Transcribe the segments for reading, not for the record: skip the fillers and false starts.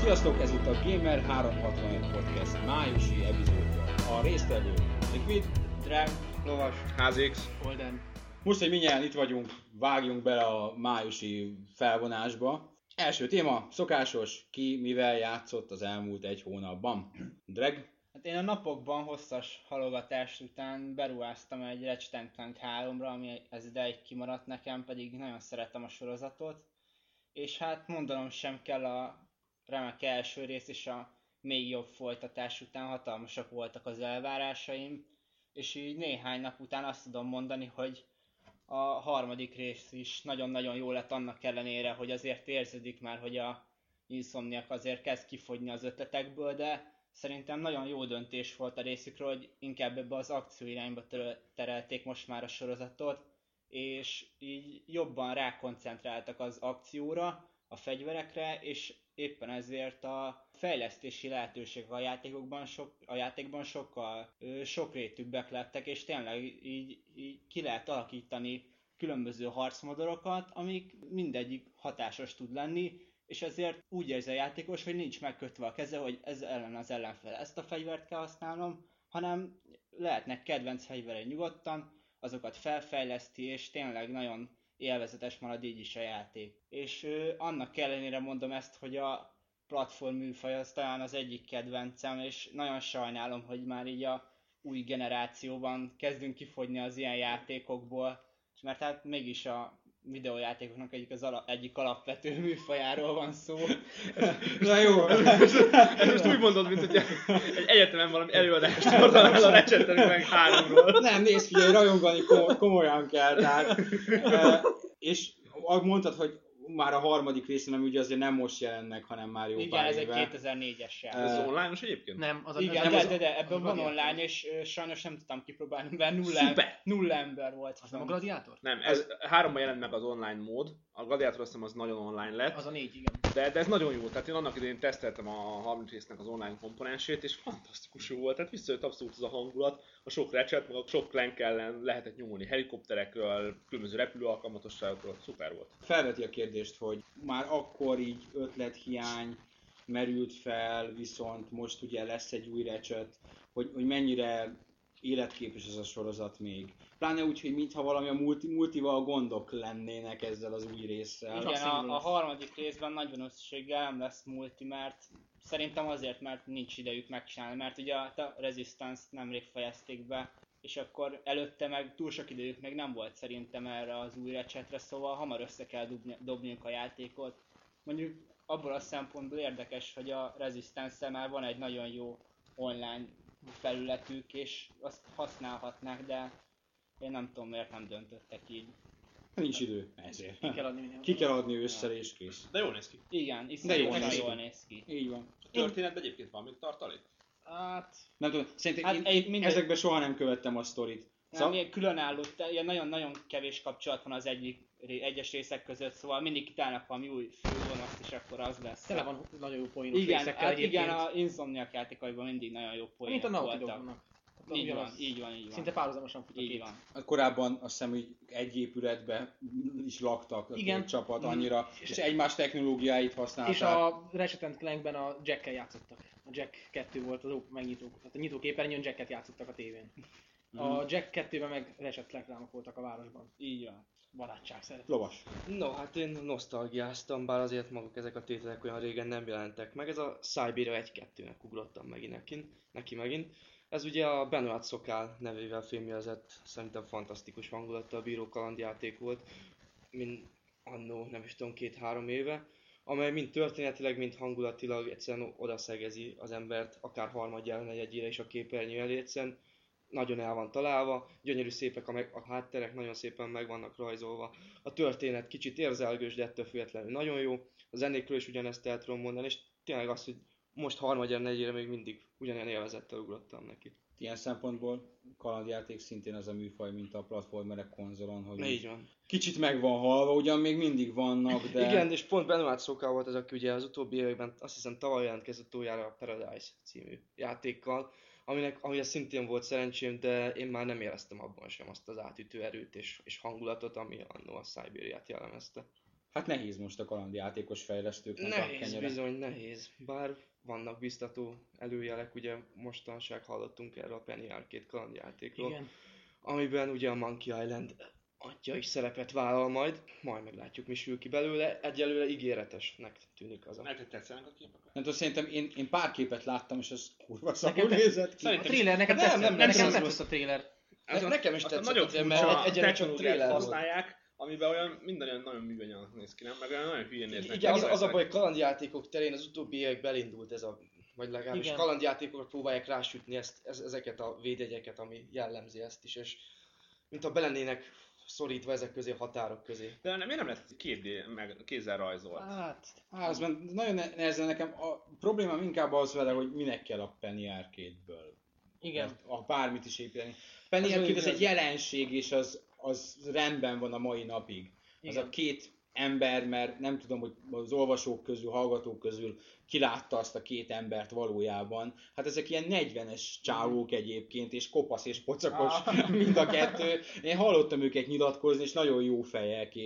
Sziasztok, ez itt a Gamer 365 Podcast májusi epizódja. A résztvevő Liquid, Drag, Lovas, HZX, Holden. Most, hogy mindjárt itt vagyunk, vágjunk bele a májusi felvonásba. Első téma, szokásos, ki mivel játszott az elmúlt egy hónapban. Drag? Hát én a napokban hosszas halogatás után beruháztam egy Ratchet & Clank 3-ra, ami ez ideig kimaradt nekem, pedig nagyon szeretem a sorozatot. És hát mondanom sem kell, a remek első rész és a még jobb folytatás után hatalmasak voltak az elvárásaim, és így néhány nap után azt tudom mondani, hogy a harmadik rész is nagyon-nagyon jó lett annak ellenére, hogy azért érződik már, hogy a Insomniac azért kezd kifogyni az ötletekből, de szerintem nagyon jó döntés volt a részükről, hogy inkább ebbe az akció irányba terelték most már a sorozatot, és így jobban rákoncentráltak az akcióra, a fegyverekre, és éppen ezért a fejlesztési lehetőségek a játékban sokkal sokrétűbbek lettek, és tényleg így ki lehet alakítani különböző harcmodorokat, amik mindegyik hatásos tud lenni, és ezért úgy érzi a játékos, hogy nincs megkötve a keze, hogy ez ellen az ellenfél ezt a fegyvert kell használnom, hanem lehetnek kedvenc fegyverei nyugodtan, azokat felfejleszti, és tényleg nagyon élvezetes marad így is a játék. És annak ellenére mondom ezt, hogy a platform műfaj az talán az egyik kedvencem, és nagyon sajnálom, hogy már így a új generációban kezdünk kifogyni az ilyen játékokból, mert hát mégis a videójátékoknak egyik alapvető műfajáról van szó. Na jó! ezt most úgy mondod, mint hogy egy egyetemen valami előadást tartanál a Ratchet & Clank 3-ról. Nem, nézd, figyelj, rajongani komolyan kell, tehát... És mondtad, hogy már a harmadik részén, ami ugye azért nem most jelennek, hanem már jó igen, pár ez éve. egy 2004-es játék. Ez online-os egyébként? Nem, de ebben van online, és sajnos nem tudtam kipróbálni, mert nulla ember volt. Az nem a Gladiátor? Nem, ez 3-ban jelent meg az online mód. A Gladiátor azt hiszem az nagyon online lett. Az a 4, igen. De ez nagyon jó, tehát én annak idején teszteltem a harmadik résznek az online komponensét, és fantasztikus jó volt, tehát visszajött abszolút az a hangulat, a sok Ratchet, meg a sok Clank ellen lehetett nyomulni helikopterekről, különböző repülő alkalmatosságokról, szuper volt. Felveti a kérdést, hogy már akkor így ötlethiány merült fel, viszont most ugye lesz egy új Ratchet, hogy mennyire életképes ez a sorozat még. Pláne úgy, hogy mintha valami a multival gondok lennének ezzel az új résszel. Igen, a harmadik részben nagy valószínűséggel nem lesz multi, mert szerintem azért, mert nincs idejük megcsinálni, mert ugye a Resistance-t nemrég fejezték be, és akkor előtte meg túl sok idejük meg nem volt szerintem erre az új Ratchetre, szóval hamar össze kell dobniuk a játékot. Mondjuk abból a szempontból érdekes, hogy a Resistance-szel már van egy nagyon jó online felületük, és azt használhatnák, de én nem tudom, miért nem döntöttek így. Nincs idő, ezért. Ki kell adni ősszel és kész. De jól néz ki. Igen, jól néz ki. Így van. A történetben egyébként van még tartalék? Hát... Nem tudom, szerintem én ezekben soha nem követtem a sztorit. Szóval... különálló, ilyen nagyon-nagyon kevés kapcsolat van az egyes részek között, szóval mindig kitálnak valami új főgonoszt, és akkor az lesz. Tele van nagyon jó poénos igen, részekkel egyébként. Igen, a Insomniac játékaiban mindig nagyon jó poénok voltak. Mint a voltak. Naughty Dognak. Így van. Szinte párhuzamosan fut a így két. van. Korábban azt hiszem, hogy egy épületbe is laktak a két csapat annyira, és egymás technológiáit használták. És a Ratchet & Clankben a Jack-kel játszottak. A Jack 2 volt az megnyitó, tehát a nyitóképernyőn Jacket játszottak a tévén. A Jack 2-ben meg Ratchet reklámok voltak a városban. Így van. Barátság szeret. Lovas. No, hát én nosztalgiáztam, bár azért maguk ezek a tételek olyan régen nem jelentek meg. Ez a Siberia 1-2-nek ugrottam neki megint. Ez ugye a Benoit Szokál nevével filmjelzett, szerintem fantasztikus hangulattal bíró kalandjáték volt, mint annó, nem is tudom, 2-3 éve, amely mind történetileg, mind hangulatilag egyszerűen odaszegezi az embert, akár harmadjára, negyedjére is a képernyő elé, egyszerűen nagyon el van találva, gyönyörű szépek a hátterek, nagyon szépen meg vannak rajzolva. A történet kicsit érzelgős, de ettől függetlenül nagyon jó. A zenékről is ugyanezt el tudom mondani, és tényleg az, hogy most harmadjára, negyedjére még mindig ugyanilyen élvezettel ugrottam neki. Ilyen szempontból kalandjáték szintén az a műfaj, mint a platformerek konzolon, hogy így van. Kicsit meg van halva, ugyan még mindig vannak, de... Igen, és pont Benoit Szokál volt az, aki ugye az utóbbi években, azt hiszem tavaly jelentkezett utoljára a Paradise című játékkal, amire szintén volt szerencsém, de én már nem éreztem abban sem azt az átütő erőt és hangulatot, ami annó a Siberiát jellemezte. Hát nehéz most a kalandjátékos fejlesztőknek a Nehéz, kenyere. bizony nehéz. Bár vannak biztató előjelek, ugye mostanság hallottunk erről a Penny Arcade kalandjátékról, Igen. amiben ugye a Monkey Island atya is szerepet vállal majd meglátjuk, mi sül ki belőle. Egyelőre ígéretesnek tűnik az a... Neked tetszenek a képek? Nem tudom, szerintem én pár képet láttam, és az kurva szarul Nekem nézett ki. A trailer nekem Nem, tetszett, nem nekem szarul. tetszett a trailer. Nekem is azt a tetszett, nagyon azért, furcsa mert egyelőre csak technológiát trailer volt. használják, amiben olyan minden olyan nagyon műanyagnak néz ki, nem? Meg olyan nagyon hülyén néznek ki. Igen, az a baj, kalandjátékok terén az utóbbi években elindult ez a... Vagy legalábbis Igen. kalandjátékokra próbálják rásütni ezeket a védjegyeket, ami jellemzi ezt is, és mint ha belennének szorítva ezek közé a határok közé. De miért nem lett 2D, meg kézzel rajzolt? Hát, Az nagyon nehezen nekem, a problémám inkább az vele, hogy minek kell a Penny Arcade-ből. igen. Bármit is építeni. Penny Arcade az egy jelenség, és az rendben van a mai napig. Az Igen. a két ember, mert nem tudom, hogy az olvasók közül, hallgatók közül ki látta azt a két embert valójában. Hát ezek ilyen 40-es csávók egyébként, és kopasz és pocakos mind a kettő. Én hallottam őket nyilatkozni, és nagyon jó fejek,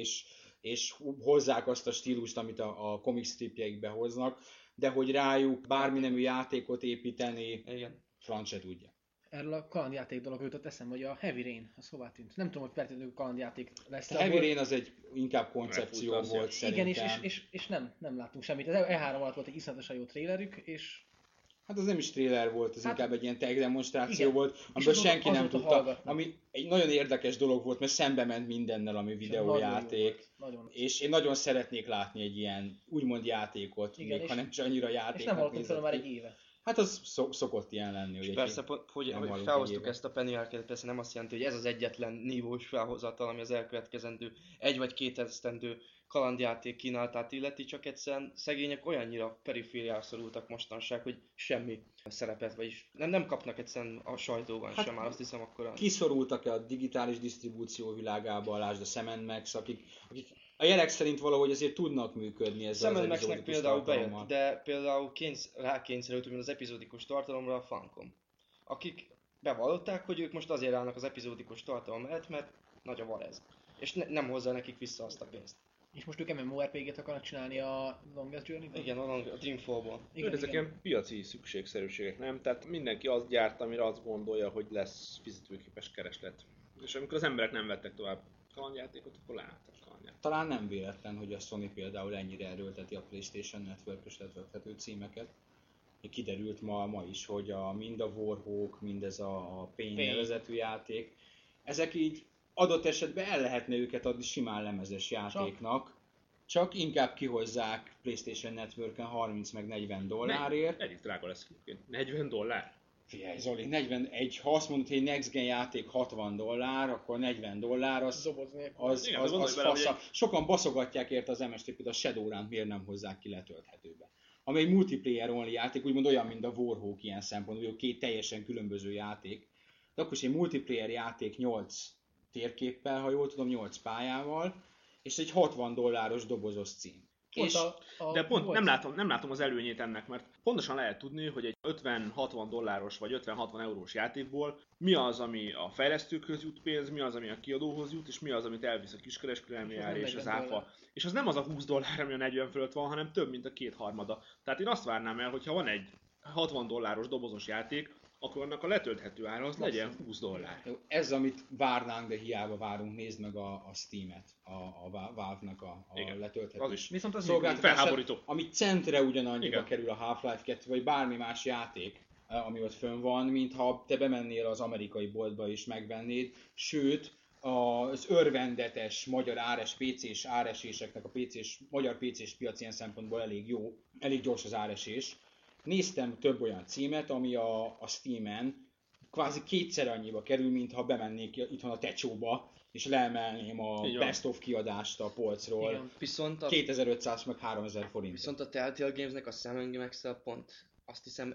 és hozzák azt a stílust, amit a comic stripjeikbe hoznak, de hogy rájuk bármi nemű játékot építeni, Igen. franc se tudja. Erről a kalandjáték dolog jutott eszembe, hogy a Heavy Rain, az hová tűnt? Nem tudom, hogy feltétlenül kalandjáték lesz. A Heavy Rain az egy inkább koncepció Elfújta volt az szerintem. Igen, és nem láttunk semmit. Az E3 alatt volt egy iszonyatosan jó trailerük, és Hát az nem is trailer volt, az Hát- inkább egy ilyen tech demonstráció Igen. volt, És amiből azóta- senki nem azóta tudta, hallgatnak. ami egy nagyon érdekes dolog volt, mert szembe ment mindennel, ami nagyon jó videójáték. volt. Nagyon. És én nagyon szeretnék látni egy ilyen úgymond játékot, Igen, még és- ha nem is annyira És játéknak nem hallottunk nézett tőle már ki. egy éve. Hát az szokott ilyen lenni, hogy És egy persze, hogy nem hallunk felhoztuk egy éve. ezt a Penny Arcade, persze nem azt jelenti, hogy ez az egyetlen nívós felhozatal, ami az elkövetkezendő 1 vagy 2 esztendő kalandjáték kínálatát illeti, csak egyszerűen szegények olyannyira perifériára szorultak mostanság, hogy semmi szerepet, vagyis nem kapnak egyszerűen a sajtóban Hát- sem, már azt hiszem akkor Kiszorultak-e a digitális disztribúció világába, lásd a Sam & Max, akik a jelek szerint valahogy azért tudnak működni ezzel Sam az Maxnek epizódikus például tartalommal. bejött, de például rákényszerült úgymond az epizódikus tartalomra a Funcom, akik bevallották, hogy ők most azért állnak az epizódikus tartalom mellett, mert nagy a varez. És nem hozza nekik vissza azt a pénzt. És most ők MMORPG-t akarnak csinálni a Longest Journey-ből? Igen, a Dreamfall-ból. Igen, Ezek igen. ilyen piaci szükségszerűségek, nem? Tehát mindenki azt gyárt, amire azt gondolja, hogy lesz fizetőképes kereslet. És amikor az emberek nem vettek tovább kalandjátékot, akkor leálltak kalandjátékot. Talán nem véletlen, hogy a Sony például ennyire erőlteti a PlayStation Network-ös letölthető címeket. Kiderült ma is, hogy mind a Warhawk, mind ez a Pain nevezetű játék, ezek így adott esetben el lehetne őket adni simán lemezes játéknak, csak inkább kihozzák PlayStation Network-en 30 meg 40 dollárért. Elég drága lesz egyébként. 40 dollár? Figyelj Zoli, 41, ha azt mondod, hogy egy Next Gen játék 60 dollár, akkor 40 dollár az Doboz nélkül. az Igen, de gondolj bele, hogy fasza. Sokan baszogatják érte az MST-t, a Shadowrun-t miért nem hozzák ki letölthetőbe. Ami egy multiplayer only játék, úgymond olyan, mint a Warhawk ilyen szempontból, hogy két teljesen különböző játék. De akkor is egy multiplayer játék 8 térképpel, ha jól tudom, 8 pályával, és egy 60 dolláros dobozos cím. És De pont volt- nem látom az előnyét ennek, mert pontosan lehet tudni, hogy egy 50-60 dolláros vagy 50-60 eurós játékból mi az, ami a fejlesztőkhöz jut pénz, mi az, ami a kiadóhoz jut, és mi az, amit elvisz a kiskereskedelmi És az ár nem és az 40 áfa. dollár. És az nem az a 20 dollár, ami a 40 fölött van, hanem több, mint a kétharmada. Tehát én azt várnám el, hogyha van egy 60 dolláros dobozos játék, akkor annak a letölthető ára az legyen 20 dollár. Ez, amit várnánk, de hiába várunk, nézd meg a Steam-et, a Valve-nak a Igen, letölthető az is. Viszont az szolgáltatását, felháborító. ami centre ugyanannyiba Igen. kerül a Half-Life 2, vagy bármi más játék, ami ott fönn van, mintha te bemennél az amerikai boltba és megvennéd, sőt, az örvendetes magyar áres PC-s áreséseknek a magyar PC-s piac ilyen szempontból elég jó, elég gyors az áresés. Néztem több olyan címet, ami a Steam-en kvázi kétszer annyiba kerül, mintha bemennék itthon a Tecsóba, és leemelném a Így van. Best of kiadást a polcról. Igen. Viszont a 2500 meg 3000 forint. Viszont a Telltale Gamesnek a Sam & Max-el pont azt hiszem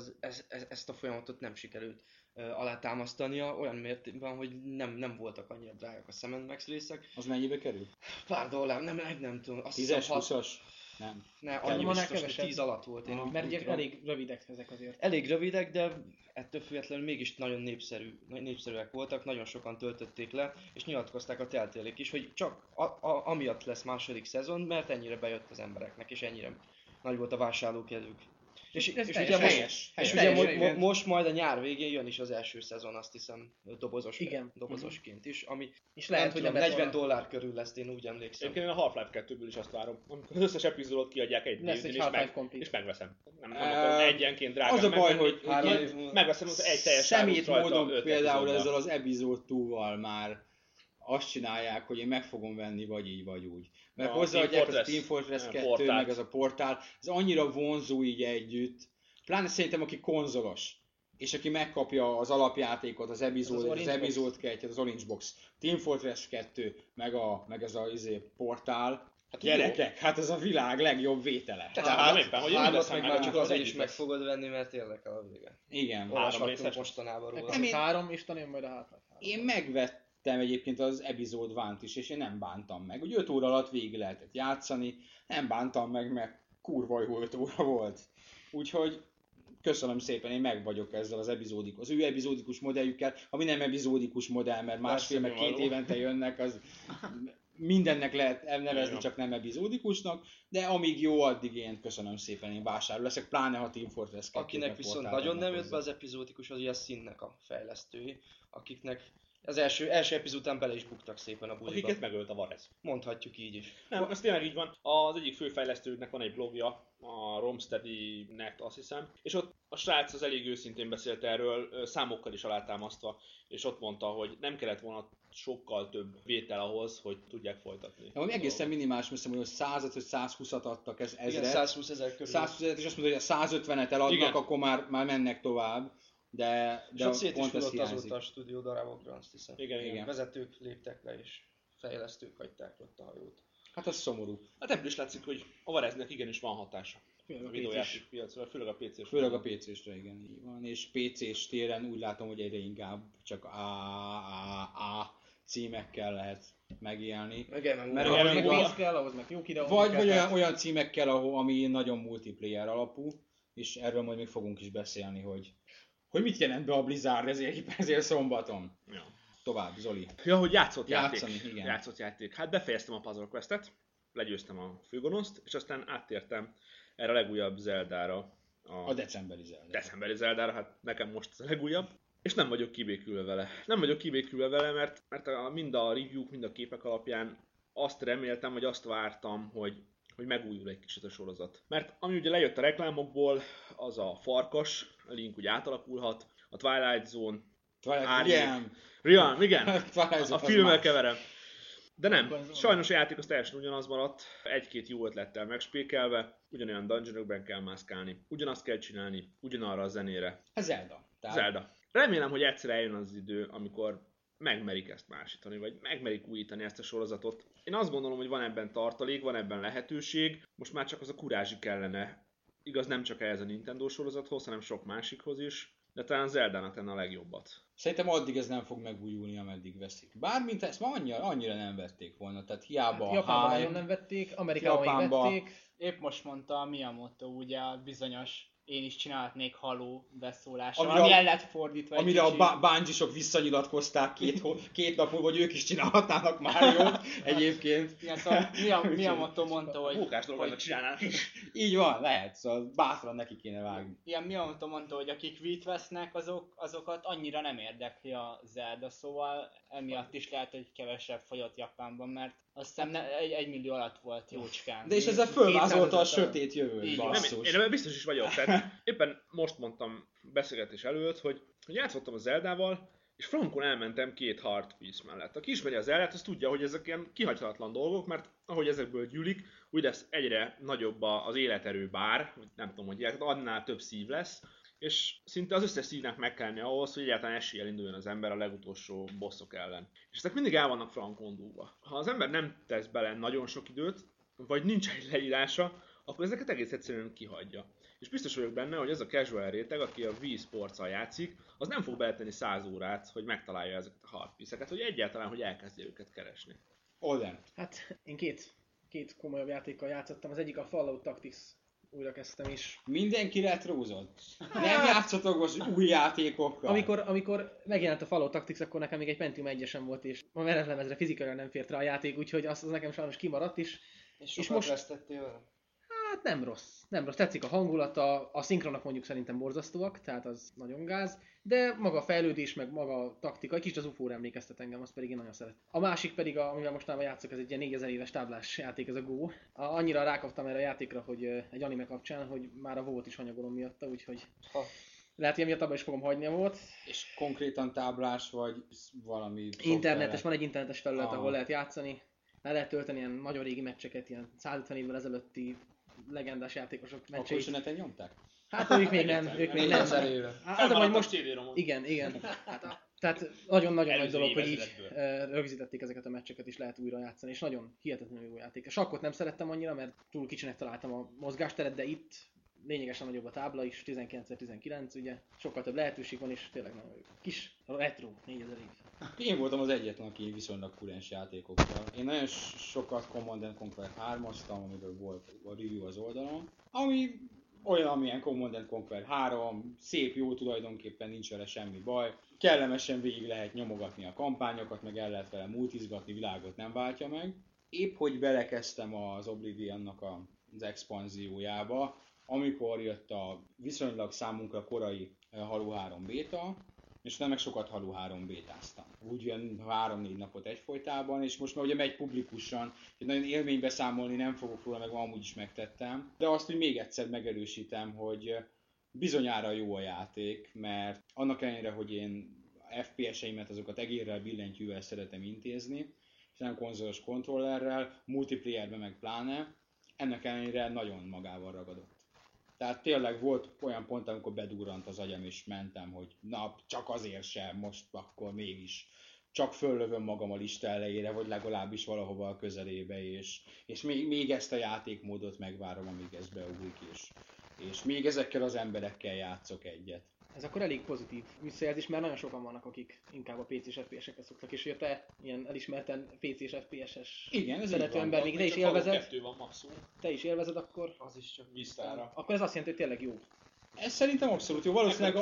ezt a folyamatot nem sikerült alátámasztania olyan mértékben, hogy nem voltak annyira drágák a Sam & Max részek. Az mennyibe kerül? Pár dollár, nem tudom. Azt 10-es, hiszem 20-as? Nem. Ne, Annyi annyi van, biztos, hogy kevesebb. 10 alatt volt. Én Mert úgy ugye tudom. elég rövidek ezek azért. Elég rövidek, de ettől függetlenül mégis nagyon népszerűek voltak, nagyon sokan töltötték le, és nyilatkozták a Telltale-ék is, hogy csak amiatt lesz második szezon, mert ennyire bejött az embereknek, és ennyire nagy volt a vásárlókedvük. És Ez ugye teljesen most, helyes. és Helyes. ugye Igen. most majd a nyár végén jön is az első szezon, azt hiszem, Igen. dobozosként is, ami És nem lehet, hogy tudom, nem lett $40 volna. körül lesz, én úgy emlékszem. Egyébként én a Half-Life 2-ből is azt várom, amikor az összes epizódot kiadják egy Lesz DVD-n, egy és, Half-Life Complete. és megveszem. Nem akarom egyenként drágán Az a baj, megvenni, hogy három ilyen év múlva- megveszem az egy teljes szemét árust rajta módon 5 például epizódba. ezzel az epizód 2-val már azt csinálják, hogy én meg fogom venni vagy így, vagy úgy. Mert A hozzáadják Team az a Team Fortress 2, portált. meg ez a portál, ez annyira vonzó így együtt. Pláne szerintem, aki konzolos, és aki megkapja az alapjátékot, az Orange Box. epizód 2, az Orange Box, Team Fortress 2, meg ez a portál. Hát gyerekek, hát ez a világ legjobb vétele. Tehát éppen, hogy én hármat veszem meg meg, már csak akkor azért együtt is meg lesz. fogod venni, mert érdekel a vége. Igen. Olvashattunk részes. mostanában róla. Nekem 3, és tanuljon majd a Half-Life 3. Én megvettem egyébként az epizód vánt is, és én nem bántam meg. Úgy 5 óra alatt végig lehetett játszani, nem bántam meg, mert kurva jó 5 óra volt. Úgyhogy köszönöm szépen, én meg vagyok ezzel az ő epizódikus modelljükkel, ami nem epizódikus modell, mert másfél, meg 2 nyilvánvaló. évente jönnek, az mindennek lehet nevezni, Igen. csak nem epizódikusnak, de amíg jó, addig én köszönöm szépen, én vásárló leszek, pláne ha Team Fortress 2 Akinek viszont nagyon nem jött be az epizódikus, az ugye a Színnek a fejlesztői, akiknek az első epizód után bele is buktak szépen a buliba. Akiket megölt a Varez. Mondhatjuk így is. Nem, ez tényleg így van. Az egyik főfejlesztőnek van egy blogja, a Romsteady.net, azt hiszem, és ott a srác az elég őszintén beszélt erről, számokkal is alátámasztva, és ott mondta, hogy nem kellett volna sokkal több vétel ahhoz, hogy tudják folytatni. Ami egészen minimális, azt mondom, hogy 100 vagy 120-at adtak ezret. Igen, 120 000 körül. 120 000, és azt mondod, hogy a 150-et eladnak, Igen. akkor már mennek tovább. De És ott szét is pont ez futott hiányzik. azóta a stúdió darabokra, azt hiszem. Igen. Igen. Vezetők léptek le, és fejlesztők hagyták ott a hajót. Hát az szomorú. Hát ebből is látszik, hogy a Vareznek igenis van hatása. Főleg A a videójáték piacra, főleg a PC-s. Főleg a PC-sre, igen, így van. És PC-s téren úgy látom, hogy egyre inkább csak A címekkel lehet megélni. Igen, Mert Ahhoz igen, meg igen. pénz kell, ahhoz meg jók ideó. Vagy olyan címekkel, ami nagyon multiplayer alapú, és erről majd még fogunk is beszélni, hogy mit jelent be a Blizzard ezért szombaton. Ja. Tovább, Zoli. Ja, hogy játszott Játszani, játék. igen. Játszott játék. Hát befejeztem a Puzzle Quest-et, legyőztem a főgonoszt, és aztán áttértem erre a legújabb Zeldára. A decemberi Zelda. Decemberi Zeldára, hát nekem most ez a legújabb. És nem vagyok kibékülve vele. Nem vagyok kibékülve vele, mert mind a review-k, mind a képek alapján azt reméltem, vagy azt vártam, hogy megújul egy kicsit a sorozat. Mert ami ugye lejött a reklámokból, az a farkas, a Link úgy átalakulhat, a Twilight Zone, Igen. Realm, igen, Twilight Zone a az filmmel más. keverem. De nem, Akkor sajnos a játék az teljesen ugyanaz maradt, egy-két jó ötlettel megspékelve, ugyanolyan dungeonokban kell mászkálni, ugyanazt kell csinálni, ugyanarra a zenére. Ez Zelda. Tehát Zelda. Remélem, hogy egyszer eljön az idő, amikor megmerik ezt másítani, vagy megmerik újítani ezt a sorozatot. Én azt gondolom, hogy van ebben tartalék, van ebben lehetőség, most már csak az a kurázsi kellene. Igaz, nem csak ehhez a Nintendo sorozathoz, hanem sok másikhoz is, de talán Zeldának tenne a legjobbat. Szerintem addig ez nem fog megújulni, ameddig veszik. Bármint ezt ma annyira nem vették volna, tehát hiába a Japánban hype. nagyon nem vették, Amerikában még Japánban- vették. Épp most mondta a Miyamoto, ugye a bizonyos én is csinálhatnék haló beszólással, Amire ami a- el lett fordítva egy Amire kicsit. a Bungie-sok visszanyilatkozták két nap múlva, hogy ők is csinálhatnának Máriót egyébként. Igen, szóval Miyamoto mondta, A hogy mókás dolgokat csinálnánk. Így van, lehet, szóval bátran neki kéne vágni. ilyen Miyamoto mondta, hogy akik Wii-t vesznek, azokat annyira nem érdekli a Zelda, szóval emiatt is lehet, hogy kevesebb fogyott Japánban, mert azt hiszem 1 millió alatt volt jócskán. De és ezzel fölvázolta a 200 000 sötét jövőt, Így van. Nem, basszus. én ebben biztos is vagyok. Tehát éppen most mondtam beszélgetés előtt, hogy játszottam a Zeldával, és frankon elmentem 2 hard piece mellett. Aki ismeri az Zeldát, az tudja, hogy ezek ilyen kihagyhatatlan dolgok, mert ahogy ezekből gyűlik, úgy lesz egyre nagyobb az életerő bár, nem tudom, hogy annál több szív lesz, és szinte az összes szívnek meg kell lenni ahhoz, hogy egyáltalán eséllyel induljon az ember a legutolsó bosszok ellen. És ezek mindig el vannak frankon dúlva. Ha az ember nem tesz bele nagyon sok időt, vagy nincs egy leírása, akkor ezeket egész egyszerűen kihagyja. És biztos vagyok benne, hogy ez a casual réteg, aki a Wii Sports-al játszik, az nem fog beletenni 100 órát, hogy megtalálja ezeket a hard piece-eket, hogy egyáltalán, hogy elkezdje őket keresni. Olden. Hát én két 2 komolyabb játékkal játszottam. Az egyik a Fallout Tactics. Újra kezdtem is. Mindenki retrózott. Nem játszotok most új játékokkal. Amikor megjelent a Fallout Tactics, akkor nekem még egy Pentium 1-esem volt, és a menetlemezre fizikailag nem fért rá a játék, úgyhogy az nekem sajnos kimaradt is. És most vesztettél vele? Hát nem rossz. Tetszik a hangulata, a szinkronok mondjuk szerintem borzasztóak, tehát az nagyon gáz, de maga a fejlődés, meg maga a taktika, egy kicsit az UFO-ra emlékeztet engem, azt pedig én nagyon szeretem. A másik pedig, amivel mostanában játszok, ez egy ilyen 4000 éves táblás játék, ez a Go. Annyira rákaptam erre a játékra, hogy egy anime kapcsán, hogy már a Volt is hanyagolom miatta, úgyhogy lehet, hogy emiatt abban is fogom hagyni a Volt. És konkrétan táblás, vagy valami internetes, van egy internetes felület, ahol lehet játszani. Le lehet tölteni ilyen nagyon régi meccseket, ilyen 150 évvel ezelőtti legendás játékosok meccseit. Akkor is a neten nyomták? Hát ők még nem. Hát majd most... Igen. Tehát nagyon-nagyon nagy dolog, hogy így rögzítették ezeket a meccseket, és lehet újra játszani, és nagyon hihetetlenül jó játék. A sakkot nem szerettem annyira, mert túl kicsinek találtam a mozgásteret, de itt lényegesen nagyobb a tábla is, 19x19, ugye, sokkal több lehetőség van, és tényleg nagyon jó. Kis retro, 4000 év. Én voltam az egyetlen, aki viszonylag kurens játékokkal. Én nagyon sokat Command & Conquer 3-aztam, amiről volt a review az oldalon, ami olyan, amilyen Command & Conquer 3, szép, jó, tulajdonképpen nincs vele semmi baj. Kellemesen végig lehet nyomogatni a kampányokat, meg el lehet vele multizgatni, világot nem váltja meg. Épp hogy belekezdtem az Oblivionnak az expanziójába, amikor jött a viszonylag számunkra korai Halo 3 béta, és nem meg sokat Halo 3 bétáztam. Úgy jön 3-4 napot egyfolytában, és most már ugye megy publikusan, hogy nagyon élménybeszámolni nem fogok róla, meg amúgy is megtettem. De azt, hogy még egyszer megerősítem, hogy bizonyára jó a játék, mert annak ellenére, hogy én FPS-eimet azokat egérrel, billentyűvel szeretem intézni, és nem konzolos kontrollerrel, multiplayerben meg pláne, ennek ellenére nagyon magával ragadott. Tehát tényleg volt olyan pont, amikor bedurrant az agyam, és mentem, hogy na, csak azért sem, most akkor mégis csak föllövöm magam a lista elejére, vagy legalábbis valahova a közelébe, és még ezt a játékmódot megvárom, amíg ez beugrik, és még ezekkel az emberekkel játszok egyet. Ez akkor elég pozitív visszajelzés, mert nagyon sokan vannak, akik inkább a PC-s FPS-ekre szoktak, és hogy te ilyen elismerten PC-s FPS-es szerető ember, még te is élvezed. Te is élvezed, akkor az is csak Vistára. Akkor ez azt jelenti, hogy tényleg jó. Ez szerintem abszolút jó. Valószínűleg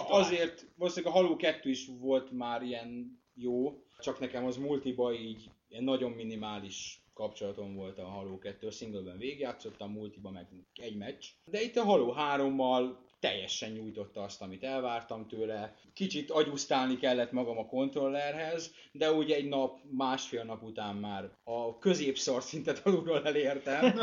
a Halo 2 is volt már ilyen jó, csak nekem az multiba így ilyen nagyon minimális kapcsolatom volt a Halo 2, a singleben végigjátszottam, multiba meg egy meccs. De itt a Halo 3-mal teljesen nyújtotta azt, amit elvártam tőle. Kicsit agyusztálni kellett magam a kontrollerhez, de ugye egy nap, másfél nap után már a középszar szintet alulról elértem,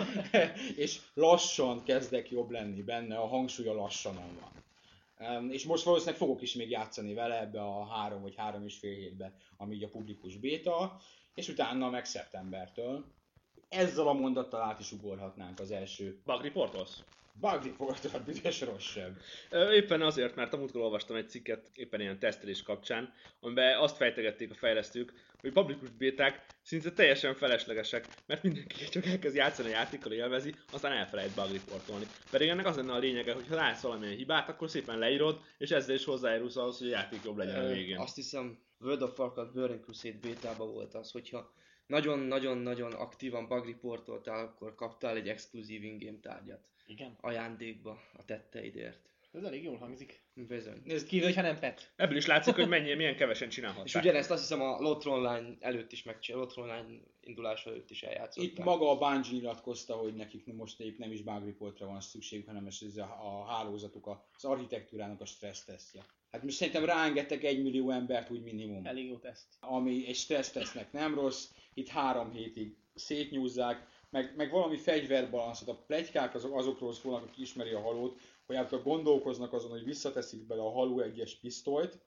és lassan kezdek jobb lenni benne, a hangsúlya lassanon van. És most valószínűleg fogok is még játszani vele ebbe a 3 vagy 3,5 hétbe, ami így a publikus béta, és utána meg szeptembertől. Ezzel a mondattal át is ugorhatnánk az első. Bug reportolsz? Bug reportot, büdös rossz sem. Éppen azért, mert a múltkor olvastam egy cikket, éppen ilyen tesztelés kapcsán, amiben azt fejtegették a fejlesztők, hogy publikus béták szinte teljesen feleslegesek, mert mindenki csak elkezd játszani a játékkal, élvezi, aztán elfelejt bug reportolni. Pedig ennek az lenne a lényege, hogy ha látsz valamilyen hibát, akkor szépen leírod, és ezzel is hozzájárulsz ahhoz, hogy a játék jobb legyen a végén. Azt hiszem, World of Warcraft Burning Crusade bétában volt az, hogyha nagyon-nagyon-nagyon aktívan bug reportoltál, akkor kaptál egy exkluzív in-game tárgyat. Igen. Ajándékba a tetteidért. Ez elég jól hangzik. Bizony. Nézd ki, hogyha nem pet. Ebből is látszik, hogy milyen kevesen csinálhatták. És ugyanezt azt hiszem a LOTR Online előtt is LOTR Online indulása előtt is eljátszották. Itt maga a Bungie nyilatkozta, hogy nekik most nem is bug reportra van szükségük, hanem ez a hálózatuk, az architektúrának a stressztesztje. Hát most szerintem ráengedtek 1 millió embert úgy minimum. Elég jó teszt. Ami egy stressztesznek nem rossz, itt 3 hétig szétnyúzzák, meg valami fegyverbalanszot. A pletykák azokról szólnak, aki ismeri a Halót, hogy akkor gondolkoznak azon, hogy visszateszik bele a Halo 1-es pisztolyt,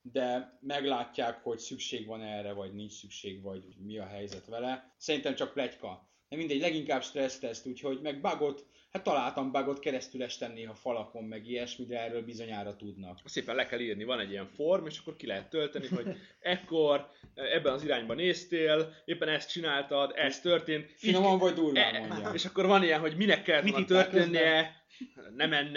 de meglátják, hogy szükség van erre, vagy nincs szükség, vagy mi a helyzet vele. Szerintem csak pletyka. De mindegy, leginkább stresszteszt, úgyhogy meg bugot, hát találtam bugot, keresztül estem néha falakon, meg ilyesmi, de erről bizonyára tudnak. Szépen le kell írni, van egy ilyen form, és akkor ki lehet tölteni, hogy ekkor, ebben az irányba néztél, éppen ezt csináltad, ez történt. Finoman vagy durván mondja. És akkor van ilyen, hogy minek kellett volna történnie, nem ennek,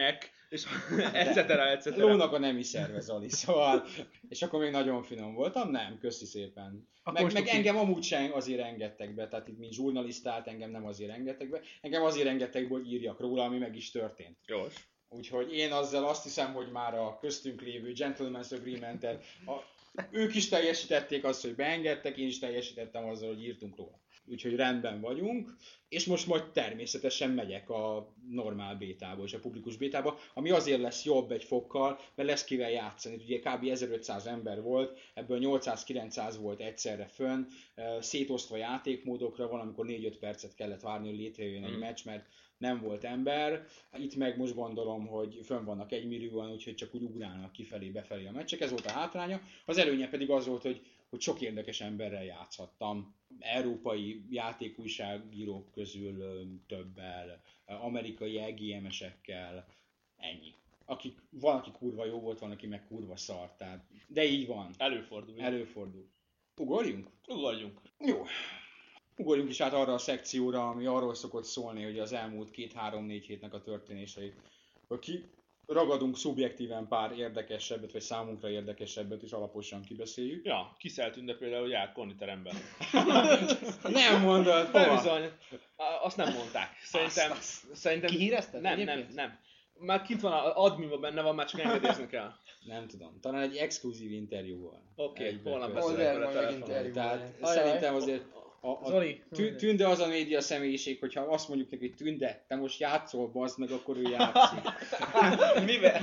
és etc. Lónak a nemi szerve, Zoli, szóval, és akkor még nagyon finom voltam, nem, köszi szépen. Meg engem amúgy sem azért engedtek be, tehát itt mint zsurnalisztát engem nem azért engedtek be, engem azért engedtek be, hogy írjak róla, ami meg is történt. Jós. Úgyhogy én azzal azt hiszem, hogy már a köztünk lévő Gentleman's Agreement-et, ők is teljesítették azt, hogy beengedtek, én is teljesítettem azzal, hogy írtunk róla. Úgyhogy rendben vagyunk, és most majd természetesen megyek a normál bétába és a publikus bétába, ami azért lesz jobb egy fokkal, mert lesz kivel játszani. Ugye kb. 1500 ember volt, ebből 800-900 volt egyszerre fönn, szétosztva játékmódokra, van, amikor 4-5 percet kellett várni, hogy létrejön egy meccs, mert nem volt ember. Itt meg most gondolom, hogy fönn vannak 1 millióan, úgyhogy csak úgy ugrálnak kifelé, befelé a meccsek. Ez volt a hátránya. Az előnye pedig az volt, hogy sok érdekes emberrel játszhattam. Európai játékújságírók közül többel, amerikai EGM-esekkel, ennyi. Van, aki kurva jó volt, van, aki meg kurva szar, tehát, de így van. Előfordul. Ugorjunk? Ugorjunk. Jó. Ugorjunk is át arra a szekcióra, ami arról szokott szólni, hogy az elmúlt 2-3-4 hétnek a történéseit, hogy ragadunk szubjektíven pár érdekesebbet, vagy számunkra érdekesebbet, és alaposan kibeszéljük. Ja, kiszelt ünnepélre, hogy jár konditeremben. Nem mondod, Nem hova? bizony. Azt nem mondták. Szerintem... Kihírezted? Nem. Már kint van, az adminban benne van, már csak engedélyezni kell. Nem tudom. Talán egy exkluzív interjú volt. Oké, holnap beszélek beszélek Holder vele majd telefonon. Tehát Ajaj. szerintem azért Zoli, Tünde az a média személyiség, hogyha azt mondjuk neki, hogy Tünde, te most játszol, bazd meg, akkor ő játszik. Mivel?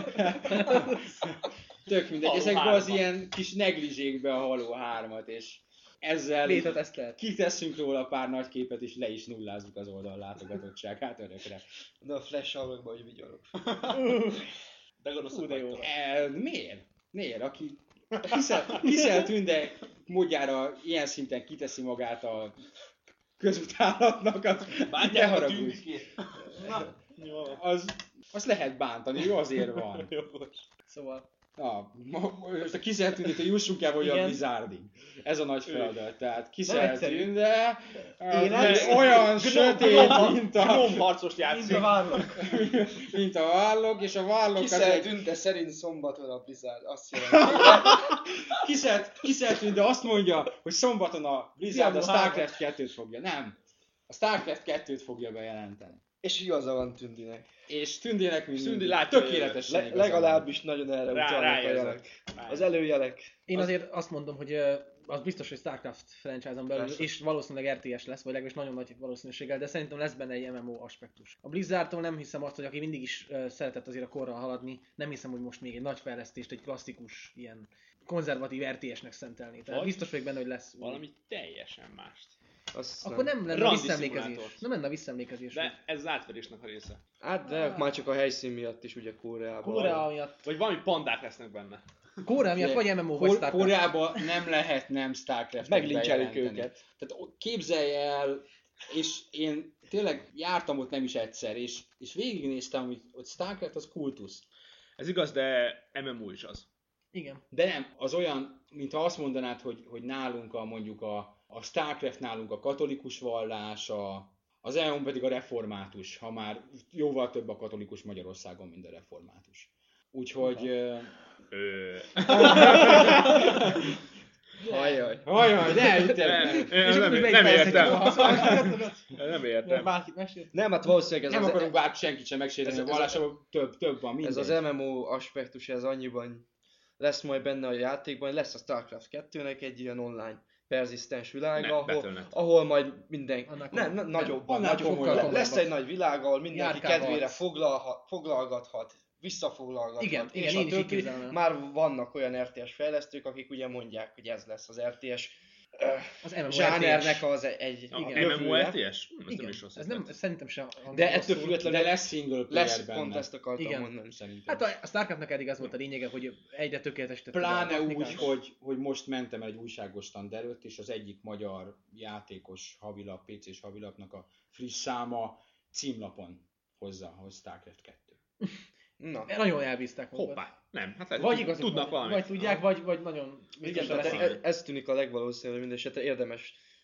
Tök mindegy, Halo ezekben az 3-at. ilyen kis negligékbe a Halo 3-at, és ezzel Létotesztelt. kiteszünk róla pár nagy képet, és le is nullázzuk az oldal látogatottságát örökre. De a flash alakban, hogy vigyorog. De gonoszul vagytok. Miért? Aki hiszel Tünde módjára ilyen szinten kiteszi magát a közutálatnak, ne Bántják a haragudj. tündikét. Na, jó. Az lehet bántani, ő azért van. Jogos. Szóval, Na, most a Kiszel Tündét, jussunk el, hogy a Igen. Blizzardig. Ez a nagy feladat. Tehát Nem Kiszel egyszerű. Tünde, Élet? sötét, mint a Gnomharcost játszik. várlak. mint a vállok, és a vállok az Kiszel egy... Tünde szerint szombaton a Blizzard. Azt jelenti. Kiszel Tünde azt mondja, hogy szombaton a Blizzard a Diablo Starcraft 2-t fogja. Nem. A Starcraft 2-t fogja bejelenteni. És igaza van Tündinek. És Tündének mindig Tündi látja tökéletesen igaza van. Legalábbis nagyon erre utalnak a Ráérzek. jelek. Az előjelek. Én azért azt mondom, hogy az biztos, hogy Starcraft franchise-on belül, Persze. és valószínűleg RTS lesz, vagy legalábbis nagyon nagy valószínűséggel, de szerintem lesz benne egy MMO aspektus. A Blizzardtól nem hiszem azt, hogy aki mindig is szeretett azért a korral haladni, nem hiszem, hogy most még egy nagy fejlesztést, egy klasszikus, ilyen konzervatív RTS-nek szentelni. Tehát Vagy biztos vagyok benne, hogy lesz. Valami teljesen mást. Azt Akkor nem lenne Randi visszaemlékezés. szimulátort. Nem lenne visszaemlékezés. De ez az átverésnek a része. Hát de már csak a helyszín miatt is ugye Koreában. Korea miatt, Vagy valami pandák lesznek benne. Korea miatt vagy MMO, vagy Starcraft. Koreában nem lehet nem Starcraft Meglincselik őket. Tehát képzelj el, és én tényleg jártam ott nem is egyszer, és végignéztem, hogy ott Starcraft az kultusz. Ez igaz, de MMO is az. Igen. De nem, az olyan, mintha azt mondanád, hogy nálunk mondjuk a Starcraft nálunk a katolikus vallás, az EON pedig a református, ha már jóval több a katolikus Magyarországon, mint a református. Úgyhogy... Hajjaj. de elhittem! Nem értem. Nem értem. Bárkit mesél? Nem, hát valószínűleg Nem ez akarunk bárki senkit sem megsérteni, a ez- vallásában több van, minden. az MMO aspektus, ez annyiban lesz majd benne a játékban, lesz a Starcraft 2-nek egy ilyen online perzisztens világa, Battle.net. ahol majd mindenki... Annál Nagyobb. annál komolyabb. Lesz egy nagy világ, ahol mindenki Járkálhatsz. kedvére foglalgathat, visszafoglalgathat, Igen, és én a is így többi. képzelem el. Már vannak olyan RTS fejlesztők, akik ugye mondják, hogy ez lesz az RTS Az MMO zsánernek RTS. az egy Igen. MMO jövője. RTS? Ez nem Igen, is rossz ez nem, ötlet. szerintem sem. De ettől De függetlenül lesz single player lesz, benne. pont ezt akartam Igen. mondani. Szerintem. Hát a Starcraftnak eddig az volt a lényege, hogy egyre tökéletesítette. Pláne a úgy, technikát. hogy most mentem el egy újságos stand előtt, és az egyik magyar játékos havilap, PC-s havilapnak a friss száma címlapon hozza a Starcraft 2. Na. Nagyon elbízták magukat. Hoppá. Nem, hát lehet, Vagy hogy igazuk tudnak van, valamit. vagy tudják, vagy nagyon Igen, biztosan tehát lesz. ez tűnik a legvalószínűbb, mindesetre érdemes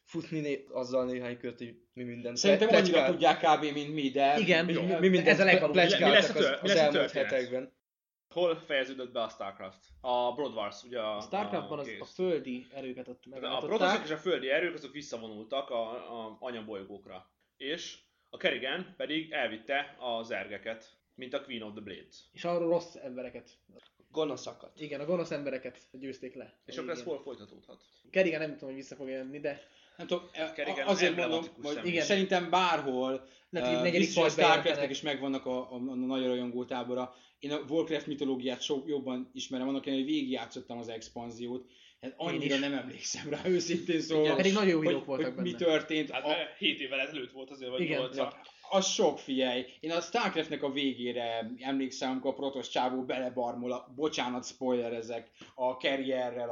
futni azzal néhány kört, hogy mi mindent Szerintem annyira pletykált. tudják kb. Mint mi, de... Igen, Mi ez mindent a legvalószínűbb. pletykáltak Mi lesz a az elmúlt történet? hetekben. Hol fejeződött be a Starcraft? A Broad Wars, ugye A Starcraftban a kész. földi erőket ott A Broad megállították. Warsok és a földi erők azok visszavonultak a anyabolygókra. És a Kerrigan pedig elvitte a zergeket, mint a Queen of the Blades. És arról rossz embereket. Gonoszakat. Igen, a gonosz embereket győzték le. És akkor ez hol folytatódhat? Kerrigan nem tudom, hogy vissza fog jönni, de Nem tudom, Kerrigan azért mondom, emblematikus hogy személy. Igen. szerintem bárhol Lehet, hogy negyedik biztos, a part Starcraftnek bejelentenek. is megvannak a nagy rajongó tábora. Én a Warcraft mitológiát jobban ismerem, annak ellenére, hogy végigjátszottam az expanziót. Hát annyira is. nem emlékszem rá, őszintén szólva. pedig nagyon jó hogy- videók voltak hogy mi benne. történt. Hát 7 évvel ezelőtt volt azért, vagy Igen. 8 Az sok, figyelj. Én a Starcraftnek a végére emlékszem, amikor a protosz csávó belebarmol, bocsánat, spoilerezek, a carrierrel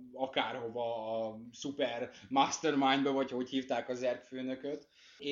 akárhova, a super mastermindba, vagy hogy hívták az ERG főnököt.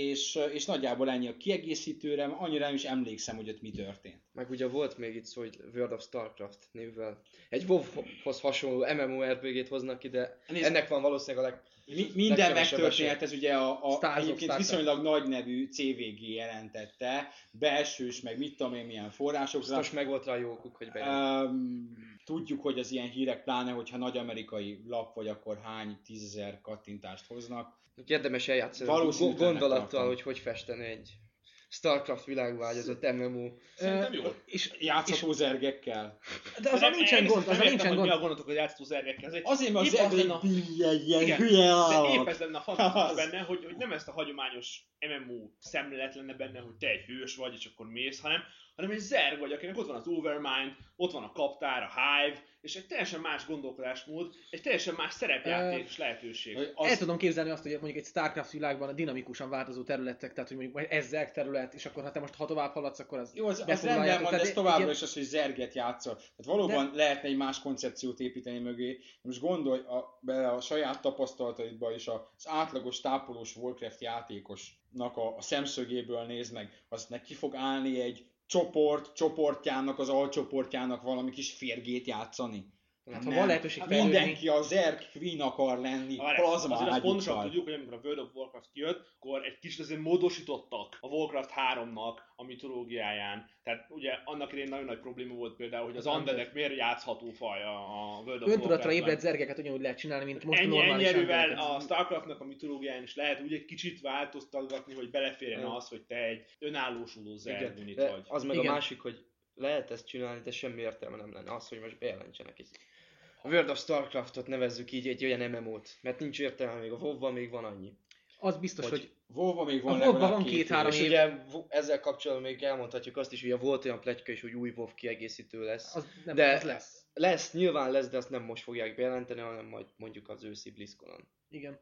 És nagyjából ennyi a kiegészítőre, annyira nem is emlékszem, hogy ott mi történt. Meg ugye volt még itt szó, hogy World of Starcraft névvel. Egy WoW-hoz hasonló MMORPG-t hoznak ide. Nézd, Ennek van valószínűleg Minden legkevesebb megtörténhet, ez ugye Stars of egyébként Starcraft. viszonylag nagy nevű CVG jelentette, belsős, meg mit tudom én milyen forrásokra. Most meg volt rá jó okuk, hogy bejön. Tudjuk, hogy az ilyen hírek, pláne, hogyha nagy amerikai lap vagy, akkor hány 10.000 kattintást hoznak. Érdemes eljátszani valószínűtlennek gondolattal, tartom. hogy festene egy Starcraft világvágyazott MMO. Szerintem jó. És Játszható zergekkel. de azzal nincsen gond, azzal nincsen Mi a gond. gondotok, hogy játszható zergekkel? Azért, mert Épp az az lenne zergek ilyen Igen, hülye de állat. épp ez lenne a fantasztikus Az. benne, hogy nem ezt a hagyományos MMO szemlélet lenne benne, hogy te egy hős vagy, és akkor mész, hanem egy zerg vagy, akinek ott van az Overmind, ott van a Kaptár, a Hive, és egy teljesen más gondolkodásmód, egy teljesen más szerepjátékos lehetőség. El tudom képzelni azt, hogy mondjuk egy Starcraft világban a dinamikusan változó területek, tehát hogy mondjuk majd ez zerg terület, és akkor ha tovább haladsz, akkor az Jó, az befoglaljátok. rendben van, de Tehát ez továbbra ilyen- is az, hogy zerget játszol. Tehát valóban lehetne egy más koncepciót építeni mögé. Most gondolj bele a saját tapasztalataidba is, az átlagos tápolós Warcraft játékosnak a szemszögéből nézd meg, az neki fog állni egy csoportjának, az alcsoportjának valami kis férgét játszani. Hát, ha van lehetőség fejlődni. Mindenki a Zerg Queen akar lenni, plazma Azért azt pontosan ágyúkkal. tudjuk, hogy amikor a World of Warcraft kijött, akkor egy kicsit azért módosítottak a Warcraft 3-nak a mitológiáján. Tehát ugye annak idején nagyon nagy probléma volt például, hogy az undeadek miért játszható faj a World of Warcraft-ban. Öntudatra ébredt zergeket ugyanúgy lehet csinálni, mint most Ennyi normális erővel embereket. a Starcraftnak a mitológiáján is lehet úgy egy kicsit változtatgatni, hogy beleférjen az, hogy te egy önállósuló zerg unit de vagy. az meg Igen. a másik, hogy lehet ezt csinálni, de semmi értelme nem lenne az, hogy most bejelentsenek egy a World of Starcraftot nevezzük így egy olyan MMO-t, mert nincs értelme, még a WoW-ban még van annyi. Az biztos, hogy WoW-ban még van A WoW-ban legalább van 2-3 És év. ugye ezzel kapcsolatban még elmondhatjuk azt is, hogy volt olyan pletyka is, hogy új WoW kiegészítő lesz. az, nem, De- az lesz. Nyilván lesz, de azt nem most fogják bejelenteni, hanem majd mondjuk az őszi BlizzConon. Igen.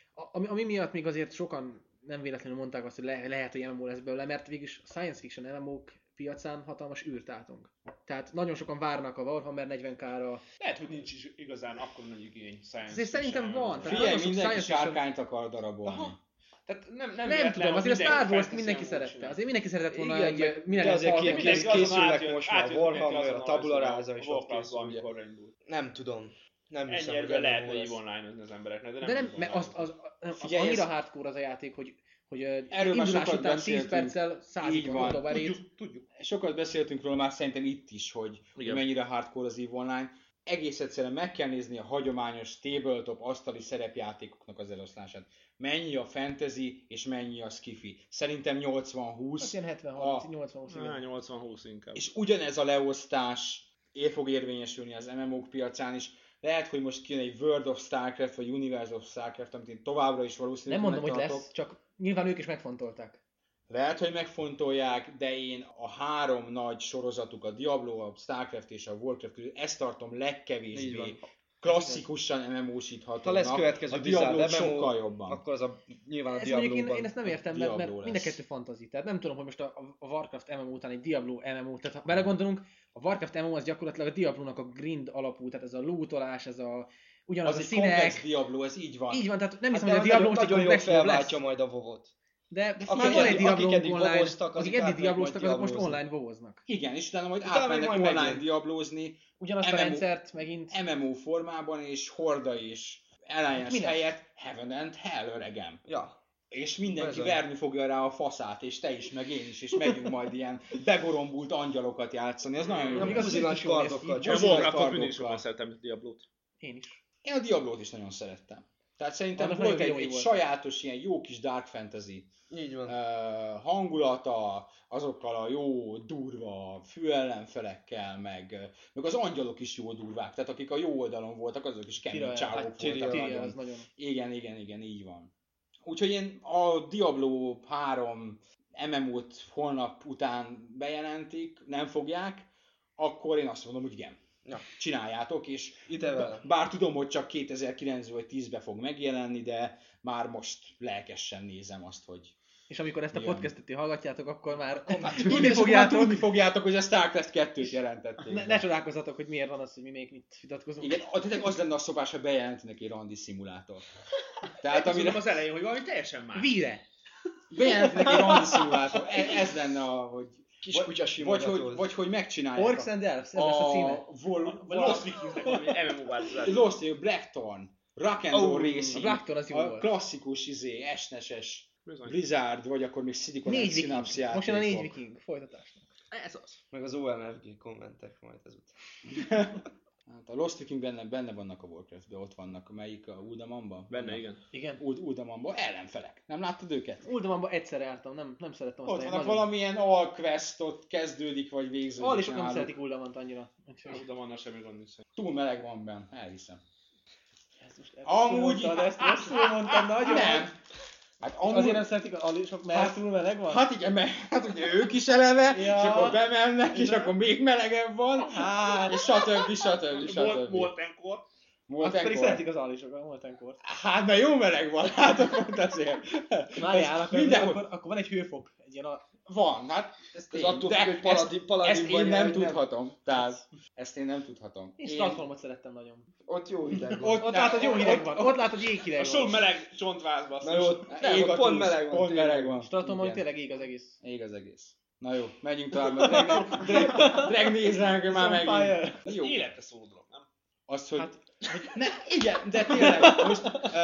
Ami miatt még azért sokan nem véletlenül mondták azt, hogy lehet, hogy MMO lesz belőle, mert végülis a science fiction MMO-k piacán hatalmas űrt álltunk. Tehát nagyon sokan várnak a Warhammer 40k-ra. Lehet, hogy nincs is igazán akkor nagy igény science Azért szerintem fiction-re. van. Tehát Figyelj, nagyon sok mindenki science fiction- sárkányt akar darabolni. Aha. Tehát nem Nem véletlen, tudom, hogy azért a Star mindenki Wars fantasy mindenki MMO-t szerette. csinál. Azért mindenki szeretett volna Igen, egy meg- minél de azért halkabb- Mindenki azon készülnek átjött- most már átjött Warhammer, mindenki azon a Tabula rajzolja, Rasa is a ott Warcraftban, készül, ugye. amikor indult. Nem tudom. Nem Ennyi hiszem, hogy erővel lehetne MMO lesz. EVE Online az embereknek, De nem, tudom, mert az Figyelj, annyira ez- hardcore az a játék, hogy Erről már indulás sokat után 10 beszéltünk. perccel 100 Így van. a erét. Tudjuk. Sokat beszéltünk róla már szerintem itt is, hogy mennyire hardcore az EVE Online. Egész egyszerűen meg kell nézni a hagyományos tabletop asztali szerepjátékoknak az eloszlását. Mennyi a fantasy és mennyi a skifi. Szerintem 80-20. Az ilyen 70-30, 80-20 igen. 80-20 inkább. És ugyanez a leosztás fog érvényesülni az MMO-k piacán is. Lehet, hogy most kijön egy World of Starcraft vagy Universe of Starcraft, amit én továbbra is Nem valószínűleg mondom, hogy lesz, csak nyilván ők is megfontolták. Lehet, hogy megfontolják, de én a három nagy sorozatuk, a Diablo, a Starcraft és a Warcraft közül ezt tartom Így legkevésbé van. klasszikusan MMO-síthatónak. Ha lesz következő a Diablo Blizzard MMO, sokkal jobban. akkor az nyilván a Ezt mondjuk Diablo-ban. én ezt nem értem, mert Diablo mind a lesz. kettő fantasy. Tehát nem tudom, hogy most a Warcraft MMO után egy Diablo MMO, tehát ha belegondolunk, a Warcraft MMO az gyakorlatilag a Diablo-nak a grind alapú, tehát ez a lootolás, ez a ugyanaz Az a egy komplex színek. Diablo, ez így van. Így van, tehát nem hiszem, Hát hogy a de Diablo most egy nagyon jól komplex mob lesz. felváltja majd a WoW-ot. De Akik már van egy eddig- Diablo akik eddig online, WoW-oztak, akik azok eddig átmennek Diabloztak, majd azok most Diablozni. online WoW-oznak. Igen, és utána majd Utána átmennek majd online megint. Diablozni, Ugyanazt a MMO rendszert megint. MMO formában, és Horda is Alliance Minek? helyett Heaven and Hell, öregem. Ja. És mindenki Bizony. verni fogja rá a faszát, és te is, meg én is, és megyünk majd ilyen begorombult angyalokat játszani, az nagyon jó. Nem Igaz, puzilas biztos jól néz kardokkal ki. Én a Mozilag Warcraftot mindig kardokkal. sokan szeretem, mint Diablót. Én is. Én a Diablót is nagyon szerettem. Tehát szerintem Annak volt nagyon jó egy volt. sajátos, ilyen jó kis dark fantasy Így van. hangulata, azokkal a jó durva főellenfelekkel, meg az angyalok is jó durvák, tehát akik a jó oldalon voltak, azok is kemény Tyrael, csávók hát Tyrael, voltak. Tyrion, nagyon. az nagyon... Igen, így van. Úgyhogy én a Diablo 3 MMO-t holnap után bejelentik, nem fogják, akkor én azt mondom, hogy igen. Ja. Csináljátok, és Ide vele. bár tudom, hogy csak 2009 vagy 10-ben fog megjelenni, de már most lelkesen nézem azt, hogy És amikor ezt a Igen. podcastet ti hallgatjátok, akkor már tudni fogjátok, hogy a StarCraft 2-t jelentették. ne csodálkozzatok, hogy miért van az, hogy mi még itt vitatkozunk. Igen, tényleg az lenne a szokás, ha bejelentenek egy randi szimulátor. Tehát Amire amire az elején, hogy valami teljesen más. Víre! bejelentenek egy randi szimulátor, ez lenne a, hogy Kis kutya vagy hogy megcsinálják. Orcs and Elves, ez lesz a címe. Vagy Lost Vikings-nek valami MMO változás. Lost Vikings, Blackthorn, Rock and Roll Racing, a Blackthorn az jó a volt. klasszikus SNES-es Bizony. Blizzard, vagy akkor még CD Connect 4 viking. Synapse Most jön a 4 játékok. viking folytatásnak. Ez az. Meg az OMFG kommentek majd ezután. Hát a Lost Viking benne vannak a Warcraftben, ott vannak, melyik a Uldamanban? Benne, igen. Igen. Uldamanban, ellenfelek. Nem láttad őket? Uldamanban egyszer jártam, nem szerettem azt Ott a vannak nagyon- valamilyen alquest, ott kezdődik, vagy végződik. Alisok nem náluk. szeretik Uldamant annyira. Úgyhogy... De vannak semmi gond nincs. Túl meleg van benne, elhiszem. Ezt most Amúgy- mondtad, ezt rosszul mondtad, nagyon. Nem. Hát amúgy... Azért nem szeretik az alisok, mert Hát- túl meleg van? Hát igen, mert hát ugye ők is eleve, Ja. és akkor bemennek, és akkor még melegebb van, Hát, és stb. Moltenkor. Volt azt pedig ekkor. szeretik az alisok, a Moltenkort. Hát mert jó meleg van, hát pont azért. Várjál, Ez mindenhol akkor van egy hőfok. Egy ilyen van, hát ez Ez attól függ, hogy paladin ezt én vagy, nem vagy nem. tudhatom. Tehát ezt én nem tudhatom. Én Stockholmot szerettem nagyon. Ott jó hideg van. Ott- Ott látod, jó hideg van. Ott látod, jéghideg A sok van. meleg csontváz basszus. Na jó, ott, nem, Ég ott a pont túsz, meleg van. Pont tényleg. meleg van. Stockholmon Igen. tényleg ég az egész. Ég az egész. Na jó, megyünk tovább, mert Drag néz ránk már It's on megint. fire. Jó, Életre szóló dolog, nem? azt, hogy... Hát- Ne, igen, de tényleg, most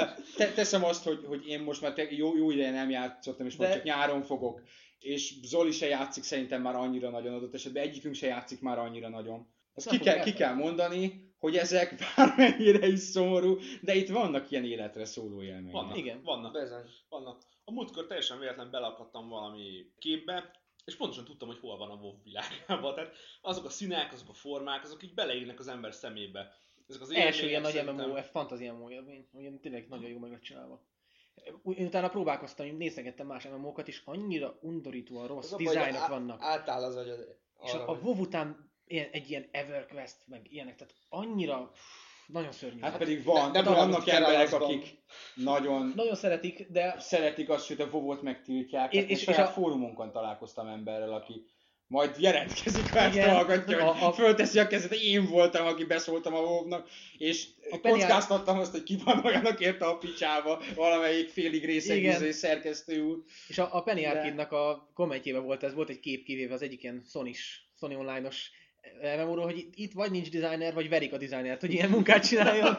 teszem azt, hogy én most már jó ideje nem játszottam, és most De- csak nyáron fogok, és Zoli se játszik szerintem már annyira nagyon adott esetben, egyikünk se játszik már annyira nagyon. Azt Nem ki fogjuk kell mondani, hogy ezek bármennyire is szomorú, de itt vannak ilyen életre szóló élmények. Vannak, Igen. vannak. Bezony. Vannak. A múltkor teljesen véletlen belakadtam valami képbe, és pontosan tudtam, hogy hol van a WoW világában. Tehát azok a színek, azok a formák, azok így beleírnak az ember szemébe. Ezek az Első ilyen élmények nagy szerintem- MMO, fantasy MMO élmény. Ugyan tényleg nagyon jó meg lett csinálva. Én utána próbálkoztam, nézegettem más MMO-kat, és annyira undorítóan rossz Az a baj, hogy dizájnok vannak. Átáll az agyad És arra, a hogy- WoW után egy ilyen EverQuest, meg ilyenek, tehát annyira nagyon szörnyű. Hát Hát pedig van, nem vannak olyan, mint emberek, Kerelaszban. akik nagyon nagyon szeretik, de szeretik azt, hogy a WoW-ot megtiltják. És- És, és saját a- fórumunkon találkoztam emberrel, aki majd jelentkezik, ha ezt Igen. hallgatja, hogy A- fölteszi a kezét, én voltam, aki beszóltam a WoW-nak, és Penny kockáztattam azt, hogy ki van olyanok érte a picsába, valamelyik félig Igen. részegiző szerkesztő úr. és a Penny De- Arcade-nak a kommentjében volt, ez volt egy kép kivéve az egyik ilyen Sony Online-os MMO-ról, hogy itt vagy nincs designer, vagy verik a designert, hogy ilyen munkát csináljon.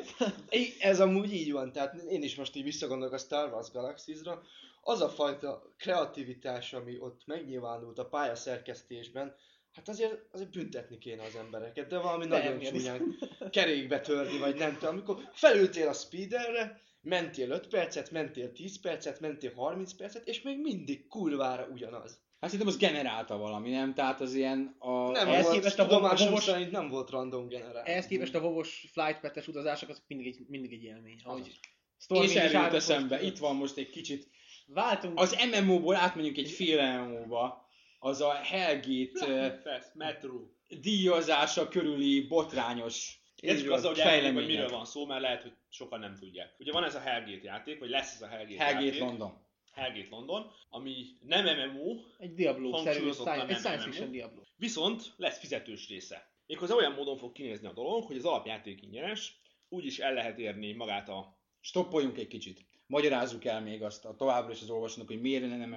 Ez amúgy így van, tehát én is most így visszagondolok a Star Wars Galaxies-ra, az a fajta kreativitás, ami ott megnyilvánult a pályaszerkesztésben, hát azért büntetni kéne az embereket, de valami Nem, nagyon ilyen csúnyán kerékbe törni, vagy nem tudom, amikor felültél a speederre, mentél 5 percet, mentél 10 percet, mentél 30 percet, és még mindig kurvára ugyanaz. Hát szerintem az generálta valami, nem? Tehát az ilyen a... Nem ehhez volt, képest a tudomásom WoW-os- szerint nem volt random generál. Ehhez képest a WoW-os flight path-es utazások, azok mindig egy élmény. Ahogy És Stormwind erről jut Árokhoz eszembe, tudod. itt van most egy kicsit, Váltunk. az MMO-ból átmenjünk egy fél MMO-ba, az a Hellgate Persze, Metro. díjazása körüli botrányos Kezdjük azzal, hogy elmondjuk, hogy fejlemények. miről van szó, mert lehet, hogy sokan nem tudják. Ugye van ez a Hellgate játék, vagy lesz ez a Hellgate Hellgate játék. London. Hellgate London, ami nem MMO, Egy Diablo-szerű, Hangsúlyozottan egy nem science MMO. fiction Diablo. viszont lesz fizetős része. Méghozzá olyan módon fog kinézni a dolog, hogy az alapjáték ingyenes, úgyis el lehet érni magát a... Stoppoljunk egy kicsit. Magyarázzuk el még azt a továbbra is az olvasónak, hogy miért nem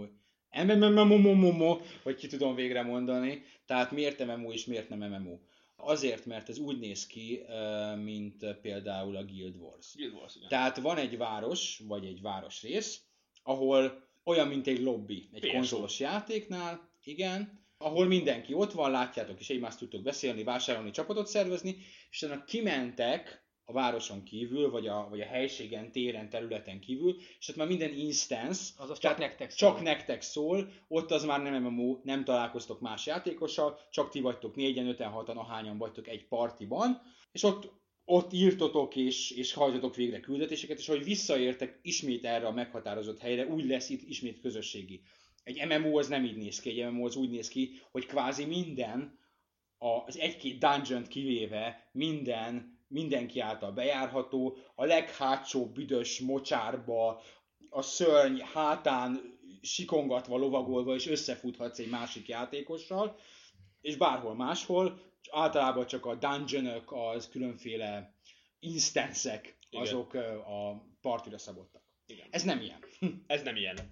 MMO, hogy ki tudom végre mondani. Tehát miért MMO és miért nem MMO. Azért, mert ez úgy néz ki, mint például a Guild Wars. Guild Wars, igen. Tehát van egy város, vagy egy városrész, ahol olyan, mint egy lobby, egy PSO. konzolos játéknál, igen, ahol mindenki ott van, látjátok, és egymást tudtok beszélni, vásárolni, csapatot szervezni, és utána kimentek a városon kívül, vagy a helységen, téren, területen kívül, és ott már minden instance, Azaz tehát csak nektek szól. nektek szól, ott az már nem MMO, nem találkoztok más játékossal, csak ti vagytok 4-en, 5-en, 6-an, ahányan vagytok egy partiban, és ott írtotok és hajtotok végre küldetéseket, és ahogy visszaértek ismét erre a meghatározott helyre, úgy lesz itt ismét közösségi. Egy MMO az nem így néz ki, egy MMO az úgy néz ki, hogy kvázi minden, az egy-két dungeont kivéve mindenki által bejárható, a leghátsó büdös mocsárba, a szörny hátán sikongatva, lovagolva, és összefuthatsz egy másik játékossal, és bárhol máshol, és általában csak a dungeonök, az különféle instance-ek, azok a partira szabottak. Igen. Ez nem ilyen. Ez nem ilyen.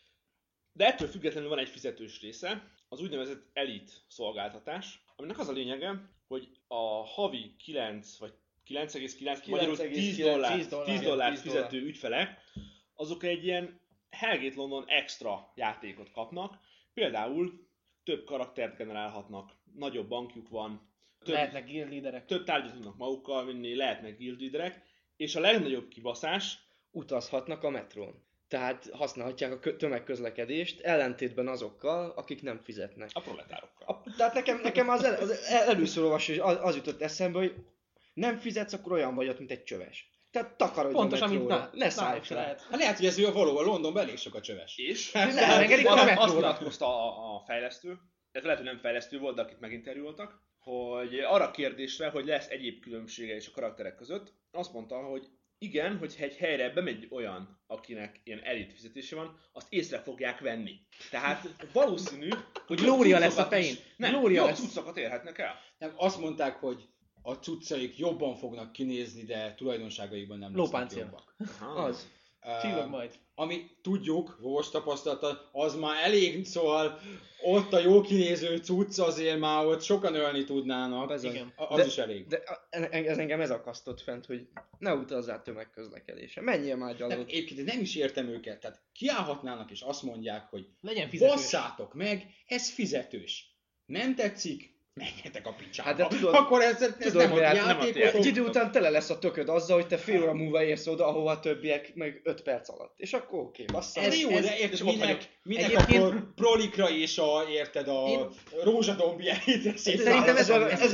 De ettől függetlenül van egy fizetős része, az úgynevezett Elite szolgáltatás, aminek az a lényege, hogy a havi 9 vagy 9,9, magyarul 10 dollárt fizető ügyfelek, azok egy ilyen Hellgate London extra játékot kapnak, például több karaktert generálhatnak, nagyobb bankjuk van, Lehetnek guild leaderek. több tárgyat tudnak magukkal vinni, lehetnek guild leaderek, és a legnagyobb kibaszás, Utazhatnak a metrón. Tehát használhatják a tömegközlekedést, ellentétben azokkal, akik nem fizetnek. a proletárokkal. Tehát nekem az először olvasó, és az jutott eszembe, hogy nem fizetsz, akkor olyan vagy ott, mint egy csöves. Tehát takarodj Pontosan, a mint metróra. Ne szállj se fel. lehet. Hát lehet, hogy ez jó valóban, Londonban elég sok a csöves. És Lehengedik a azt metróra. nyilatkozta a fejlesztő, ez lehet, hogy nem fejlesztő volt, de akit meginterjúoltak, hogy arra kérdésre, hogy lesz egyéb különbsége is a karakterek között, azt mondta, hogy igen, hogyha egy helyre bemegy olyan, akinek ilyen elit fizetése van, azt észre fogják venni. Tehát valószínű, hogy Glória lesz a cuccokat is- fején. Nem, Glória jobb lesz. cuccokat érhetnek el. Nem, azt mondták, hogy a cuccaik jobban fognak kinézni, de tulajdonságaikban nem lesznek Lópáncél. jobbak. Az. Csillag majd. Ami tudjuk, Vós tapasztalata, az már elég, szóval ott a jó kinéző cucc azért már ott sokan ölni tudnának. Bizony. Igen. Az is elég. De ez engem ez akasztott fent, hogy ne utazzál tömegközlekedésre. Menjél már Nem, gyalog. egyébként nem is értem őket. Tehát kiállhatnának és azt mondják, hogy Legyen fizetős. basszátok meg, ez fizetős. Nem tetszik? Menjetek a picsába. Hát de tudod- Akkor ez nem a miért? játékot. Egy idő után tele lesz a tököd azzal, hogy te fél óra múlva érsz oda, ahova a többiek meg 5 perc alatt. És akkor oké, bassza. Ez jó, de és érted, ott vagyok. minek Egyébként- akkor prolikra és érted, a Én- rózsadombjait Szerintem ez-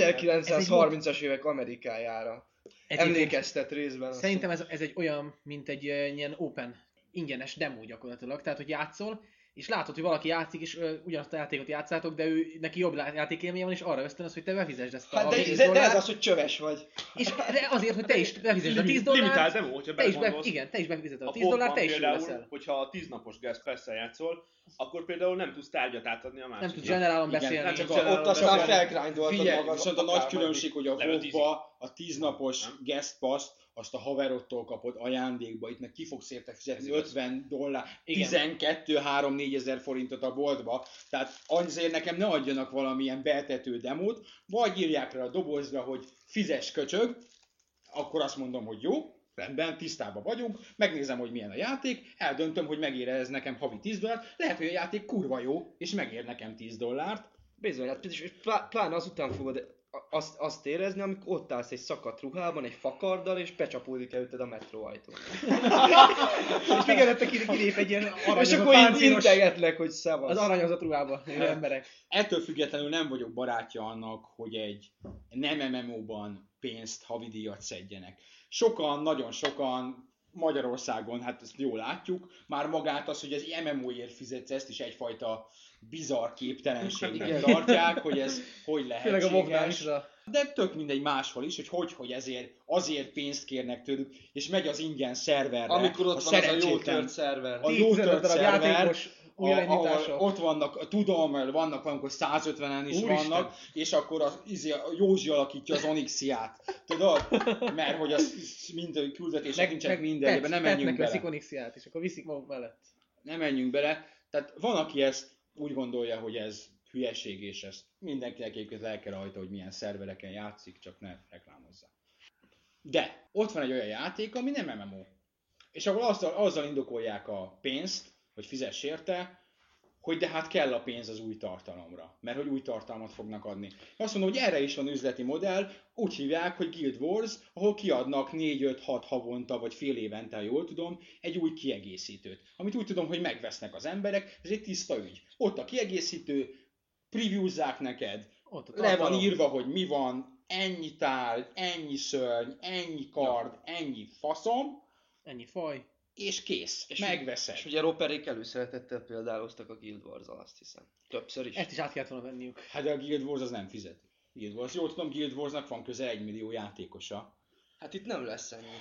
1930-as évek Amerikájára. Egyébként Emlékeztet részben. Szerintem ez egy olyan, mint egy ilyen open, ingyenes demo gyakorlatilag. Tehát, hogy játszol, és látod, hogy valaki játszik, és ugyanazt a játékot játszátok, de neki jobb játékélménye van, és arra ösztönöz, hogy te befizesd ezt a Hát 10 de dollárt. ez az, hogy csöves vagy. És de azért, hogy te is befizesd a 10 Limitált dollárt, demo, hogyha te is, belegondolsz. igen, te is befizeted a 10 Pokban dollárt, te is jó például, leszel. hogyha a 10 napos Gas Pass-szel játszol, akkor például nem tudsz tárgyat átadni a Nem másiknak. tudsz generálon Igen, beszélni. nem csak Ott aztán Csak- felgrindoltad Figyelj, magad. viszont a nagy különbség, hogy a Level WoW-ba a 10 napos Nem? guest pass azt a haverottól kapod ajándékba, itt meg ki fogsz érte fizetni Ez igaz. $50, Igen. 12-3-4 ezer forintot a boltba, tehát azért nekem ne adjanak valamilyen betető demót, vagy írják rá a dobozra, hogy fizes köcsög, akkor azt mondom, hogy jó, rendben, tisztában vagyunk, megnézem, hogy milyen a játék, eldöntöm, hogy megér ez nekem havi 10 dollárt, lehet, hogy a játék kurva jó, és megér nekem 10 dollárt, Bizony, hát és pláne azután fogod azt érezni, amikor ott állsz egy szakadt ruhában, egy fakarddal, és becsapódik előtted a metróajtón. És még előtte kilép egy ilyen És aranyozott akkor így páncélos, integetlek, hogy az szevasz. aranyozott ruhába lévő emberek. Ettől függetlenül nem vagyok barátja annak, hogy egy nem MMO-ban pénzt, havidíjat szedjenek. Sokan, nagyon sokan Magyarországon, hát ezt jól látjuk, már magát az, hogy az MMO-ért fizetsz, ezt is egyfajta bizarr képtelenségnek Igen. tartják, hogy ez hogy Főleg a WoW-nál lehetséges. is oda. De tök mindegy máshol is, hogy azért pénzt kérnek tőlük, és megy az ingyen szerverre. Amikor ott van az a jó szerencsétlen- tört szerver. a jó 15 tört darab szerver, játékos ahol újraindítása. ott vannak, tudom, vannak valamikor 150-en is Úristen. vannak, és akkor a Józsi alakítja az Onyxiát. Tudod? Mert hogy az mind küldetések nincsenek mindenben, nem menjünk veszik bele. Onyxiát, és akkor viszik maguk mellett. Nem menjünk bele. Tehát van, aki ezt úgy gondolja, hogy ez hülyeség, és ezt mindenkinek egyébként lelke rajta, hogy milyen szervereken játszik, csak ne reklámozza. De ott van egy olyan játék, ami nem MMO. És akkor azzal indokolják a pénzt, hogy fizess érte, hogy de hát kell a pénz az új tartalomra, mert hogy új tartalmat fognak adni. Azt mondom, hogy erre is van üzleti modell, úgy hívják, hogy Guild Wars, ahol kiadnak 4-5-6 havonta, vagy fél évente, ha jól tudom, egy új kiegészítőt. Amit úgy tudom, hogy megvesznek az emberek, ez egy tiszta ügy. Ott a kiegészítő, previewzzák neked, le van írva, hogy mi van, ennyi tárgy, ennyi szörny, ennyi kard, ennyi faszom, Ennyi faj. és kész, és megveszed. És ugye Roperék előszeretettel példáloztak a Guild Wars-al, azt hiszem. Többször is. Ezt is át kellett volna venniük. Hát de a Guild Wars az nem fizet. Guild Wars. Jól tudom, Guild Warsnak van közel 1 millió játékosa. Hát itt nem lesz ennyi.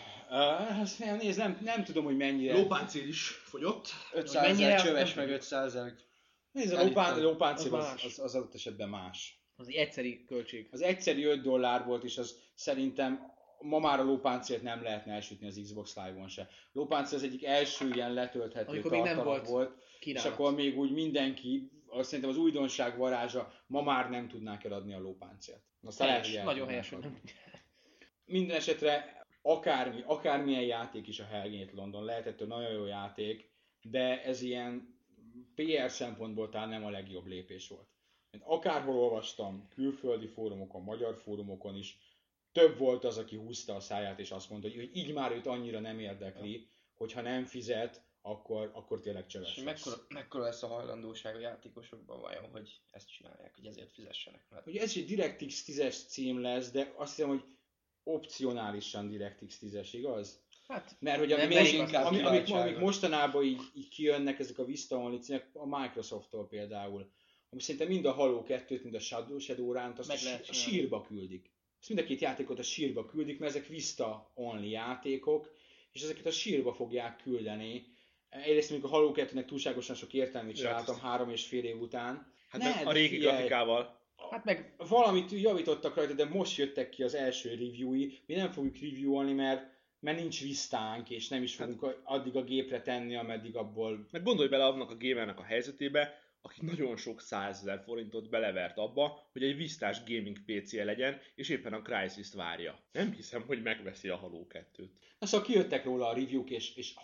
Nézd, nem tudom, hogy mennyire. Lópáncél is fogyott. 500 mennyire, ezer azt csöves, nem meg 500 ezer. Nézd, a elittem. lópáncél Az más. az adott esetben más. Az egy egyszeri költség. Az egyszeri $5 volt, és az szerintem ma már a lópáncélt nem lehetne elsütni az Xbox Live-on se. Lópáncél az egyik első ilyen letölthető Amikor még nem tartalom volt, kínálat. és akkor még úgy mindenki, azt szerintem az újdonság varázsa, ma már nem tudnák eladni a lópáncélt. Nagyon helyes, hogy nem. Minden esetre akármilyen játék is a Hellgate London, lehetett nagyon jó játék, de ez ilyen PR szempontból talán nem a legjobb lépés volt. Mert akárhol olvastam, külföldi fórumokon, magyar fórumokon is, több volt az, aki húzta a száját és azt mondta, hogy így már őt annyira nem érdekli, hogy ha nem fizet, akkor tényleg csöves És mekkora lesz a hajlandóság a játékosokban vajon, hogy ezt csinálják, hogy ezért fizessenek? Mert... Ugye ez egy DirectX 10-es cím lesz, de azt hiszem, hogy opcionálisan DirectX 10-es, igaz? Hát, Mert hogy nem amik, inkább amik kiváltsága. mostanában így kijönnek, ezek a Vista Only címek, a Microsofttól például, ami szerintem mind a Halo 2-t, mind a Shadowrun-t azt Meg a lehet csinálni. sírba küldik. Ezt mind a két játékot a sírba küldik, mert ezek Vista Only játékok, és ezeket a sírba fogják küldeni. Egyrészt mondjuk a Halo 2-nek túlságosan sok értelmét Ja, csináltam 3,5 év után. Hát Ne, meg de a régi figyelj, grafikával. hát meg valamit javítottak rajta, de most jöttek ki az első review-i. Mi nem fogjuk reviewolni, mert nincs Vistánk, és nem is fogunk addig a gépre tenni, ameddig abból... Meg gondolj bele annak a gamernek a helyzetébe, aki nagyon sok 100 000 forintot belevert abba, hogy egy Vistás gaming PC-je legyen, és éppen a Crysis-t várja. Nem hiszem, hogy megveszi a Halo 2-t. Na szóval kijöttek róla a review-k, és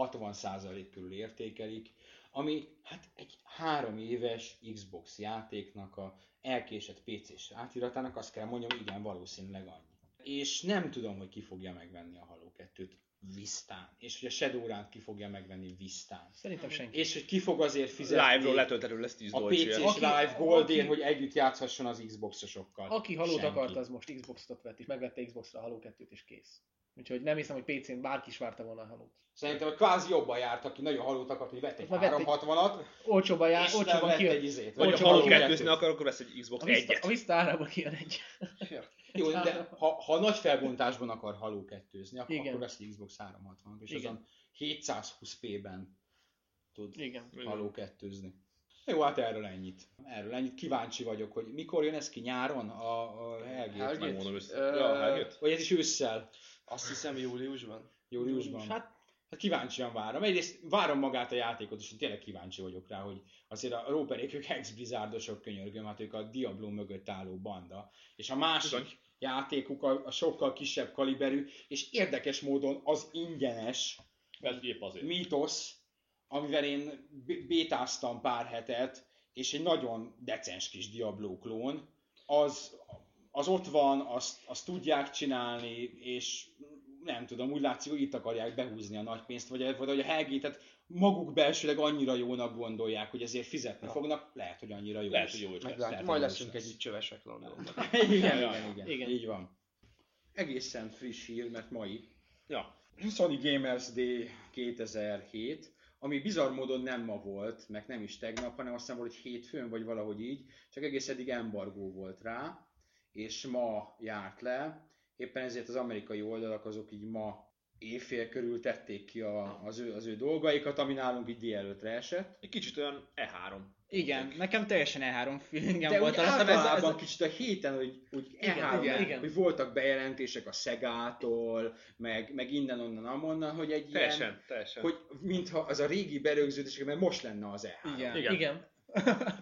60% körül értékelik, ami hát egy 3 éves Xbox játéknak a elkésett PC-s átiratának azt kell mondjam, igen, valószínűleg annyi. És nem tudom, hogy ki fogja megvenni a Halo 2-t Vistán, és hogy a Shadowrun-t ki fogja megvenni Vistán. szerintem senki. És hogy ki fog azért fizetni Live-ról letöltető lesz 10 a dolcsi. PC-s Aki- Live Goldért, aki- hogy együtt játszhasson az Xbox-osokkal. Aki Halót Senki. akart, az most Xbox-ot vett, és megvette Xbox-ra a Halo 2-t, és kész. Úgyhogy nem hiszem, hogy PC-n bárki is várta volna a Halót. Szerintem kvázi jobban járt, aki nagyon Halót akart, hogy vett egy Már vett egy- 360-at, Olcsóban jár, és olcsóban vett kijön. egy izét. Vagy ha olcsóban Halo kijön. 2-zni akar, akkor vesz egy Xbox A Vista, 1-et. a Vista árába kijön egy. Jó, de ha nagy felbontásban akar Halo 2-zni, Igen. akkor vesz egy Xbox 360-at, és Igen. azon 720p-ben tud Igen. Halo 2-zni. Jó, hát erről ennyit. Kíváncsi vagyok, hogy mikor jön ez ki nyáron a Hellgate? Hellgate? Megmondom össze. Ja, Hellgate. Vagy ez is ősszel, Azt hiszem júliusban. júliusban? Hát Hát kíváncsian várom. Egyrészt várom magát a játékot, és én tényleg kíváncsi vagyok rá, hogy azért a Roperék, ők ex-Blizzardosok, könyörgöm, hát ők a Diablo mögött álló banda. És a másik Bizony. játékuk a sokkal kisebb kaliberű, és érdekes módon az ingyenes Ez épp azért. mítosz, amivel én bétáztam pár hetet, és egy nagyon decens kis Diablo klón, az ott van, azt tudják csinálni, és nem tudom, úgy látszik, hogy itt akarják behúzni a nagy pénzt, vagy hogy a Hellgate-et maguk belsőleg annyira jónak gondolják, hogy ezért fizetni fognak, lehet, hogy annyira jó Lehet, is. hogy jó is lesz. Meglátjuk, Lehet, majd hogy jó leszünk is lesz. együtt csövesek Londonban. Igen, így van. Egészen friss hír, mert mai. Ja. Sony Gamers Day 2007, ami bizarr módon nem ma volt, meg nem is tegnap, hanem azt hiszem, hogy hétfőn, vagy valahogy így, csak egész eddig embargó volt rá, és ma járt le. Éppen ezért az amerikai oldalak azok így ma éjfél körül tették ki az ő dolgaikat, ami nálunk így délelőttre esett. Egy kicsit olyan E3. Igen, nekem teljesen E3 feelingem De volt. úgy Aztán általában kicsit a héten, hogy Igen, E3, igen. hogy voltak bejelentések a Szegától, meg innen-onnan, amonnan, hogy egy Teljesen, teljesen. hogy mintha az a régi berögződés, mert most lenne az E3. Igen. Igen. igen.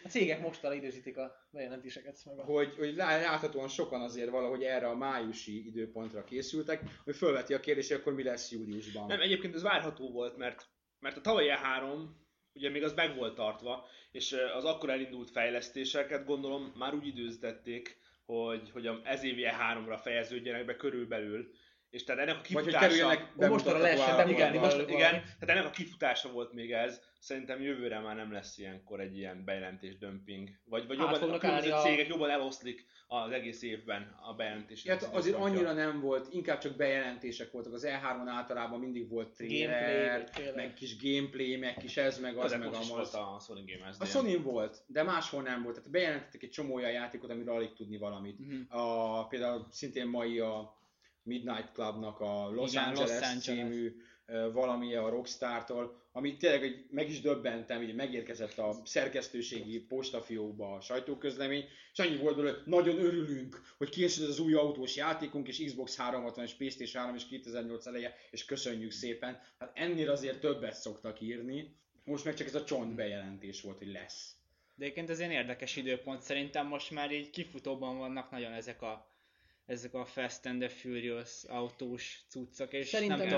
A cégek mostanra időzítik a bejelentéseket. Meg hogy láthatóan sokan azért valahogy erre a májusi időpontra készültek, hogy fölveti a kérdés, hogy akkor mi lesz júliusban. Nem, egyébként ez várható volt, mert a tavalyi E3 ugye még az meg volt tartva, és az akkor elindult fejlesztéseket gondolom már úgy időzítették, hogy ez évi E3-ra fejeződjenek be körülbelül. És tehát ennek a Vagy hogy kifutása... kerüljenek mostanra lehessen bemutatni igen, valami. tehát ennek a kifutása volt még ez. Szerintem jövőre már nem lesz ilyenkor egy ilyen bejelentés dömping. Vagy jobban, a fognak különböző állni cégek jobban eloszlik az egész évben a bejelentési. Hát azért annyira nem volt, inkább csak bejelentések voltak. Az E3-on általában mindig volt trailer, meg kis gameplay, meg kis ez, meg az, meg az. amaz. A Sony Game A Sony volt, de máshol nem volt. Tehát bejelentettek egy csomó olyan játékot, amiről alig tudni valamit. Például szintén mai a Midnight Clubnak a Los Angeles című valami a Rockstar-tól, ami tényleg meg is döbbentem, hogy megérkezett a szerkesztőségi postafiókba a sajtóközlemény, és annyi volt belőle, hogy nagyon örülünk, hogy készült az új autós játékunk, és Xbox 360 és PlayStation 3 és 2008 eleje, és köszönjük szépen. Hát ennél azért többet szoktak írni. Most meg csak ez a csont bejelentés volt, hogy lesz. De egyébként ez ilyen érdekes időpont, szerintem most már így kifutóban vannak nagyon ezek a Fast and the Furious autós cuccok, és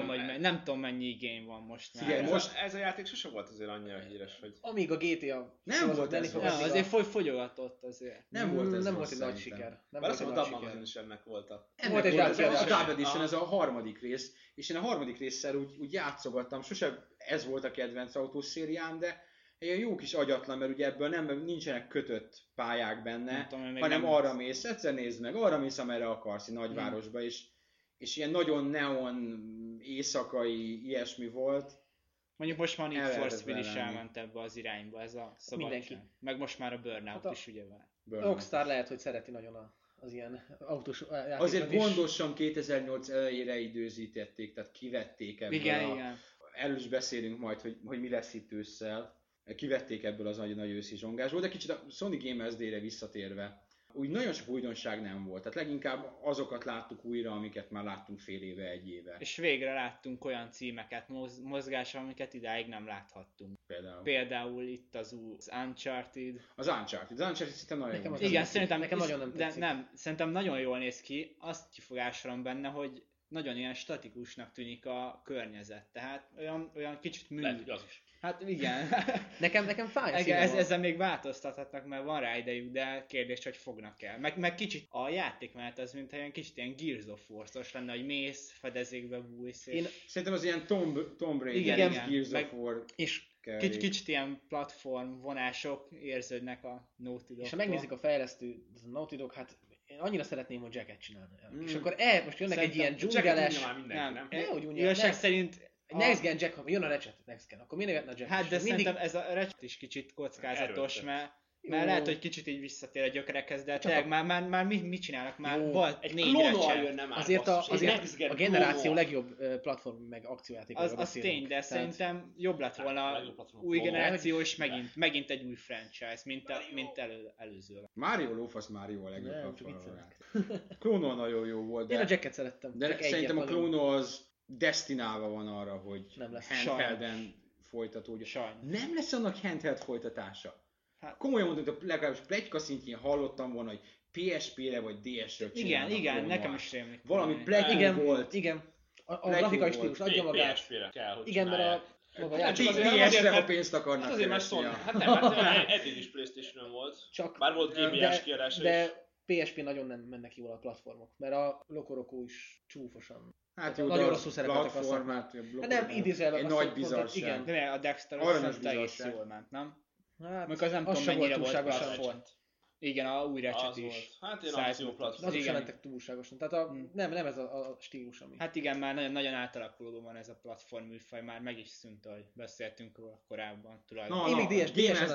nem tudom mennyi igény van most már. Figyelj, most ez a játék sosem volt azért annyira híres, hogy... Amíg a GTA nem volt ez azért fogyogatott azért. Nem volt ez nem rossz, volt egy nagy szerintem. siker. Nem Bár azt volt egy mondom, nagy a siker. is ennek volt a... Volt egy a Dark Double Edition, ez a harmadik rész, és én a harmadik résszel úgy játszogattam, sose ez volt a kedvenc autós szériám, de egy jó kis agyatlan, mert ugye ebből nincsenek kötött pályák benne, hanem arra mész, egyszer nézd meg, arra mész, amerre akarsz, egy nagyvárosba, és ilyen nagyon neon éjszakai ilyesmi volt. Mondjuk most már Need for lehetett Speed is bele lenni. elment ebbe az irányba, ez a szabadság. Mindenki. Meg most már a Burnout Hát is ugye van. Rockstar lehet, hogy szereti nagyon az ilyen autós játékokat Azért is. gondosan 2008 elejére időzítették, tehát kivették ebből Igen. Erről is beszélünk majd, hogy mi lesz itt ősszel. Kivették ebből az nagy őszi zsongásból, de kicsit a Sony Game SD-re visszatérve, úgy nagyon sok újdonság nem volt. Tehát leginkább azokat láttuk újra, amiket már láttunk fél éve, egy éve. És végre láttunk olyan címeket mozgásra, amiket idáig nem láthattunk. Például itt az Uncharted. Az Uncharted szerintem nagyon jó. Igen, szerintem nekem nagyon nem tetszik. szerintem nagyon jól néz ki. Azt kifogásolom benne, hogy nagyon ilyen statikusnak tűnik a környezet. Tehát olyan kicsit Lehet, hogy az is. Hát igen. Nekem fáj a szívem. Ezzel még változtathatnak, mert van rá idejük, de kérdés, hogy fognak el. Meg kicsit a játékmenet az, mintha ilyen kicsit ilyen Gears of War-os lenne, hogy mész, fedezékbe bújsz. Szerintem az ilyen Tomb Raider, igen, Gears of War. És kicsit ilyen platform vonások érződnek a Naughty Dog-tól. És ha megnézik a fejlesztő, az a Naughty Dog, hát én annyira szeretném, hogy Jacket csinálni. És akkor most jönnek egy ilyen dzsungeles... Nem. Igazság szerint Next Gen Jack, ha jön a Ratchet Next Gen, akkor miért ne a Jack? Hát de szerintem ez a Ratchet is kicsit kockázatos, mert lehet, hogy kicsit így visszatér a gyökerekhez, de tényleg már mit csinálnak? Már volt 4 Ratchet. Azért a generáció legjobb platform meg akciójátékról az tény, de szerintem jobb lett volna új generáció, és megint egy új franchise, mint előzőleg. Mario lófasz Mario a legjobb platformját. Klónol nagyon jó volt, én a Jacket szerettem. De szerintem a klónol az destinálva van arra, hogy handhelden folytatódja. Nem lesz annak handheld folytatása. Komolyan mondom, hogy legalábbis pletyka szintjén hallottam volna, hogy PSP-re vagy DS-ről csinálnak. Igen, nekem is rémlik. Valami pletyka volt. Igen, a grafikai stílus adja magát. PSP-re kell, hogy igen, mert a DS-re, ha pénzt akarnak. Azért már Sony. Hát nem, eddig is PlayStation-on volt. Bár volt GBA-s kiadása de PSP nagyon nem mennek jól a platformok, mert a Lokorokó is csúfosan. Hát jó, nagyon rosszul szerepeltek a szakmát. Nem, idézőjelben egy nagy bizarság. Igen. De a Dexter az egész jól ment, nem? Hát, az nem tudom mennyire volt platform. Igen, a új Ratchet is. Hát én akcióplatform. Azok sem mentek túlságosan. Tehát nem ez a stílus, ami. Hát igen, már nagyon átalakulóban van ez a platform műfaj, már meg is szűnt, ahogy beszéltünk róla korábban tulajdonképpen. Én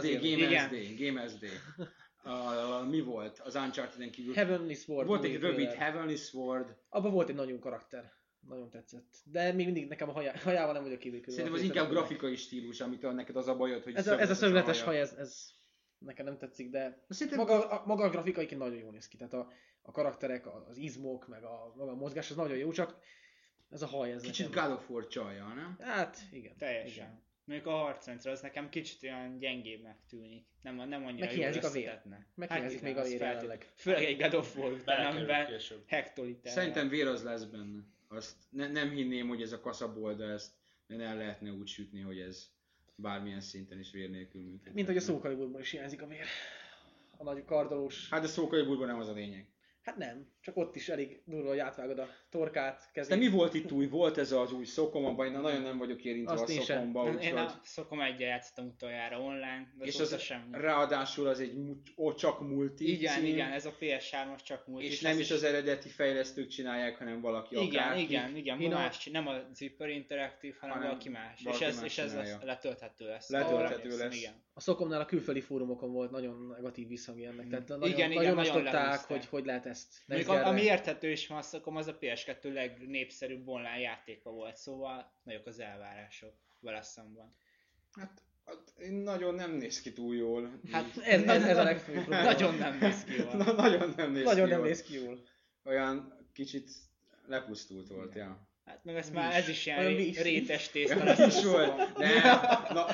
még Game SD. Mi volt az Uncharted-en kívül? Heavenly Sword. Volt egy rövid Heavenly Sword. Abban volt egy nagyon karakter. Nagyon tetszett. De még mindig nekem a hajával nem vagyok kívül. Szerintem az inkább grafikai stílus, amit neked az a bajod, hogy ez a szögletes haj, ez nekem nem tetszik, de maga a grafikaiként nagyon jól néz ki. Tehát a karakterek, az izmok, meg maga a mozgás, az nagyon jó, csak ez a haj, ez kicsit God of War csalja, nem? Hát, igen. Teljesen. Mondjuk a harcrendszer az nekem kicsit olyan gyengébbnek tűnik. Nem annyira Meg jól hiányzik a vér. összetettnek. Meghiányzik még a az vér feltétlenül. jelenleg. Főleg egy God of War után, Belekerül amiben később. hektoliter. Szerintem vér az lesz benne. Azt nem hinném, hogy ez a kaszabolda ezt el lehetne úgy sütni, hogy ez bármilyen szinten is vér nélkül működik. Mint hogy a Soul Caliburban is hiányzik a vér. A nagy kardolós. Hát a Soul Caliburban nem az a lényeg. Hát nem, csak ott is elég durva, hogy átvágod a torkát, De kezét. mi volt itt új? Volt ez az új szokom, abban én nagyon nem vagyok érintve Azt a én sem. szokomba, Én úgyhogy... a Szokom egyel játszottam utoljára online, de És azóta az semmi. ráadásul az egy csak multi Igen, cím, igen, ez a PS3-as csak múlt. és nem is az eredeti fejlesztők csinálják, hanem valaki akárki. Igen, nem a Zipper Interactive, hanem valaki más. valaki És más ez csinálja. letölthető lesz. Letölthető Arra lesz. Igen. A Szokomnál a külföldi fórumokon volt nagyon negatív visszhangja ennek, tehát nagyon, Igen, nagyon nagyon osztották, lehúzták. hogy lehet ezt. Mondjuk next-genre. ami érthető is, ma a Szokom az a PS2 legnépszerűbb online játéka volt, szóval nagyok az elvárások vele szemben. Hát nagyon nem néz ki túl jól. Hát ez a legfőbb probléma. Nagyon nem néz ki jól. Nagyon nem néz Nagyon ki nem jól. néz ki jól. Olyan kicsit lepusztult volt, ja. Hát meg ez is ilyen Olyan víz. rétes tészta Olyan lesz. is volt. Na,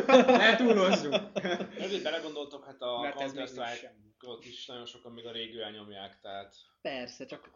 ne túlozzunk. Ezért belegondoltok, hát a Mert ez még Counter-Strike-ot is nagyon sokan még a régi elnyomják, tehát Persze, csak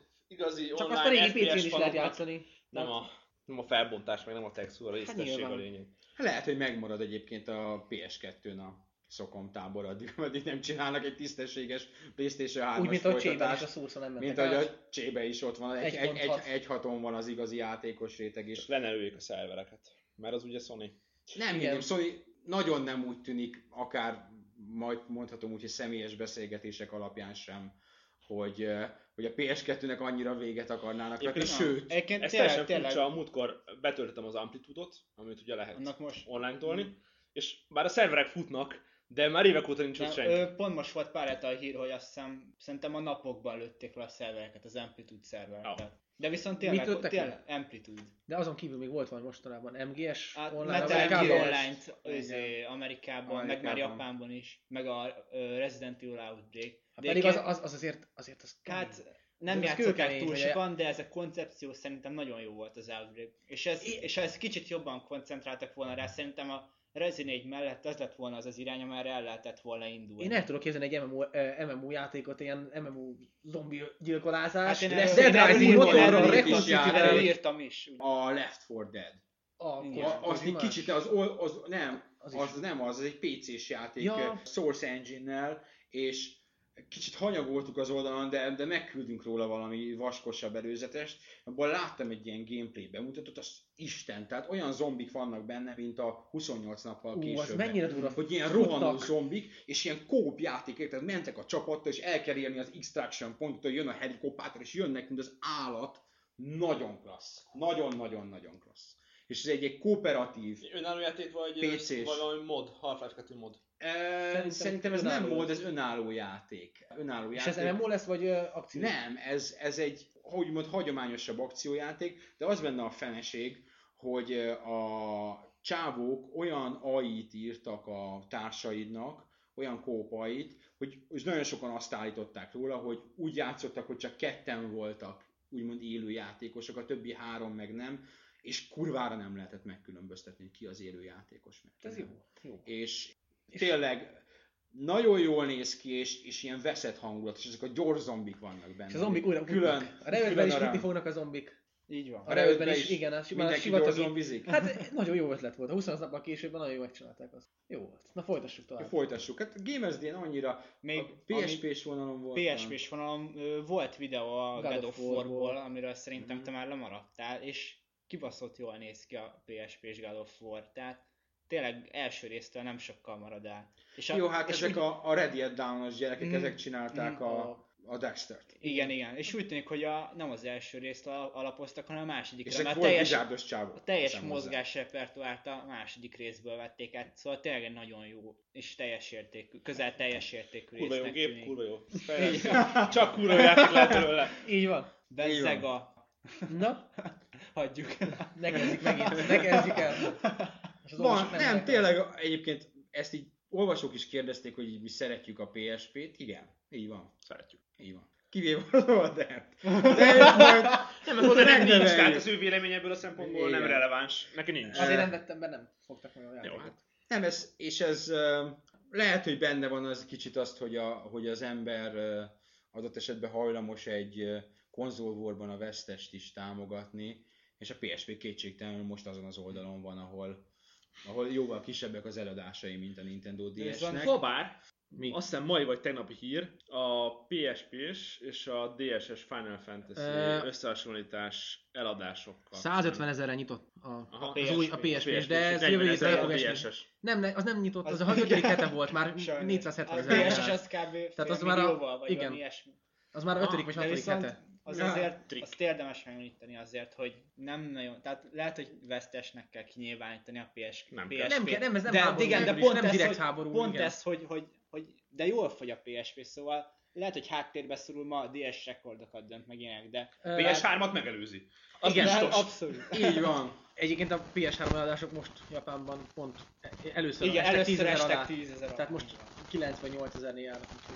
igazi azt online a régi FPS PC-n is lehet fanoknak játszani. nem a felbontás, meg nem a textúra, a részletesség a nyilván. lényeg. Lehet, hogy megmarad egyébként a PS2-n a szokom tábor addig nem csinálnak egy tisztességes PlayStation 3-as Úgy, mint ahogy Csében is a folytatást. Source-on nem Mint mentek ahogy át. a Csébe is ott van, 1.6. 1.6-on van az igazi játékos réteg is. Csak lenelőjék a szervereket, mert az ugye Sony. Nem Igen. hinném, Sony nagyon nem úgy tűnik, akár majd mondhatom úgy, hogy személyes beszélgetések alapján sem, hogy a PS2-nek annyira véget akarnának vetni, sőt, Egyébként Ez teljesen tényleg furcsa, a múltkor betöltöttem az Amplitude-ot, amit ugye lehet annak most online tolni, és bár a szerverek futnak, de már évek óta nincs ott senki. pont most volt pár hete a hír, hogy szerintem a napokban lőtték le a szervereket, az Amplitude szervereket. Oh. De viszont Mit lőttek tényleg Amplitude. De azon kívül még volt valami mostanában MGS Hát online, Metal Gear Amerikában. Online-t Amerikában, meg már Japánban is, meg a Resident Evil Outbreak. Hát De pedig egyébként- az azért az Hát nem az játszok el kőkemény, túl hogy sokan, de ez a koncepció szerintem nagyon jó volt az Outbreak. És ha ez kicsit jobban koncentráltak volna rá, szerintem a Resident 4 mellett az lett volna az az irány, amerre el lehetett volna indulni. Én el tudok képzelni egy MMO játékot, ilyen MMO zombi gyilkolázás, Hát én lesz erről- Dead Rising erről motorral, írtam, Recon is City-vel. játék. Erről írtam is. a Left 4 Dead. Igen. Az egy kicsit, az egy PC-s játék, Ja. Source Engine-nel, és kicsit hanyagoltuk az oldalon, de megküldünk róla valami vaskosabb előzetest. Abban láttam egy ilyen gameplay bemutatót, az Isten, tehát olyan zombik vannak benne, mint a 28 nappal Az később. mennyire durva. Hogy ilyen Futnak. rohanó zombik, és ilyen kóp játék, tehát mentek a csapattal, és el kell érni az extraction pontot, hogy jön a helikopter, és jönnek, mint az állat. Nagyon klassz. Nagyon-nagyon-nagyon klassz. És ez egy kooperatív. Önálló játék vagy PC-s. valami mod, Half-Life 2 mod? Szerintem ez nem önálló mod, lesz. ez önálló játék. És ez MMO lesz, vagy akció? Nem, ez egy, hogy mond, hagyományosabb akciójáték, de az benne a feneség, hogy a csávók olyan AI-t írtak a társaidnak, olyan kópait, hogy és nagyon sokan azt állították róla, hogy úgy játszottak, hogy csak ketten voltak úgymond élő játékosok, a többi 3 meg nem, és kurvára nem lehetett megkülönböztetni, hogy ki az élő játékos. Meg ki Ez nem. jó. És tényleg nagyon jól néz ki, és ilyen veszett hangulat, és ezek a gyors zombik vannak benne. És a zombik újra külön, futnak. A Revetben is futni fognak a zombik. Így van. A Revetben is, igen, az mindenki sivatagi- gyors zombizik. Hát nagyon jó ötlet volt. A 20 nappal később nagyon jól megcsinálták azt. Jó volt. Na folytassuk tovább. Folytassuk. Hát GameSD-n annyira Még a PSP-s vonalon volt. PSP-s vonalon volt videó a God of War-ból, War-ból. amiről szerintem te már lemaradtál, és kibaszott jól néz ki a PSP-s God of War, tehát tényleg első résztől nem sokkal marad el. És Jó, hát és ezek a Ready at Dawn-os gyerekek, Mhm. ezek csinálták Mhm. a Dexter-t. Igen, és úgy tűnik, hogy nem az első részt alapoztak, hanem a másodikra, És ezek mert volt teljes, bizárdos csávok. a teljes teszem hozzá. mozgásrepertoárt a második részből vették át, szóval tényleg nagyon jó, és teljes értékű, közel teljes értékű Kurva jó résznek gép, tűnik. kurva jó. Csak kurva jó játék lehet belőle. Így van. Bezzega. Na, Hagyjuk. ne kezdjük megint. Ne kezdjük el. És az Van, olvasók nem, szeretnek. tényleg egyébként ezt így olvasók is kérdezték, hogy így mi szeretjük a PSP-t. Igen, így van. Szeretjük. Így van. Kivéve az oldalt. De majd Nem, mert oda nem nincs, Megneveljük. tehát az ő vélemény ebből a szempontból nem Igen. releváns. Neki nincs. Azért nem vettem be, nem fogtak meg a Jó, játékot. hát. Nem, ez lehet, hogy benne van az kicsit azt, hogy az ember adott esetben hajlamos egy konzolvorban a vesztest is támogatni, és a PSP kétségtelenül most azon az oldalon van, ahol jóval kisebbek az eladásai, mint a Nintendo DS-nek. Habár, Mi? azt hiszem mai vagy tegnapi hír, a PSP-s és a DS-es Final Fantasy összehasonlítás eladásokkal. 150 000-re nyitott Aha. a PSP-s, de ez 40 jövő hétre 000 fog a esni. DSS. Nem, az nem nyitott, az Az- a 5. hete volt, már Sajnos. 470 A 000. DSS az kb. Tehát az fél már a- millióval, vagy igen. valami ilyesmi. Az már a 5. vagy De 6. viszont hete. az Ja, azért, trükk. azt érdemes megnyitani azért, hogy nem nagyon, tehát lehet, hogy vesztesnek kell kinyilvánítani a PSP-t. Nem kell. Nem kell, nem, ez nem de, háború, igen, de nem, pont nem ez, direkt hogy, háború, pont igen. ez, hogy de jól fogy a PSP, szóval lehet, hogy háttérbe szorul ma a DS rekordokat dönt meg ilyenek, de PS3-at megelőzi. Az Igen, biztos. abszolút. Így van. Egyébként a PS3 eladások most Japánban pont először Igen, estek először 10 000 estek alá. 10 000 Tehát most 98 000-nél járnak. úgyhogy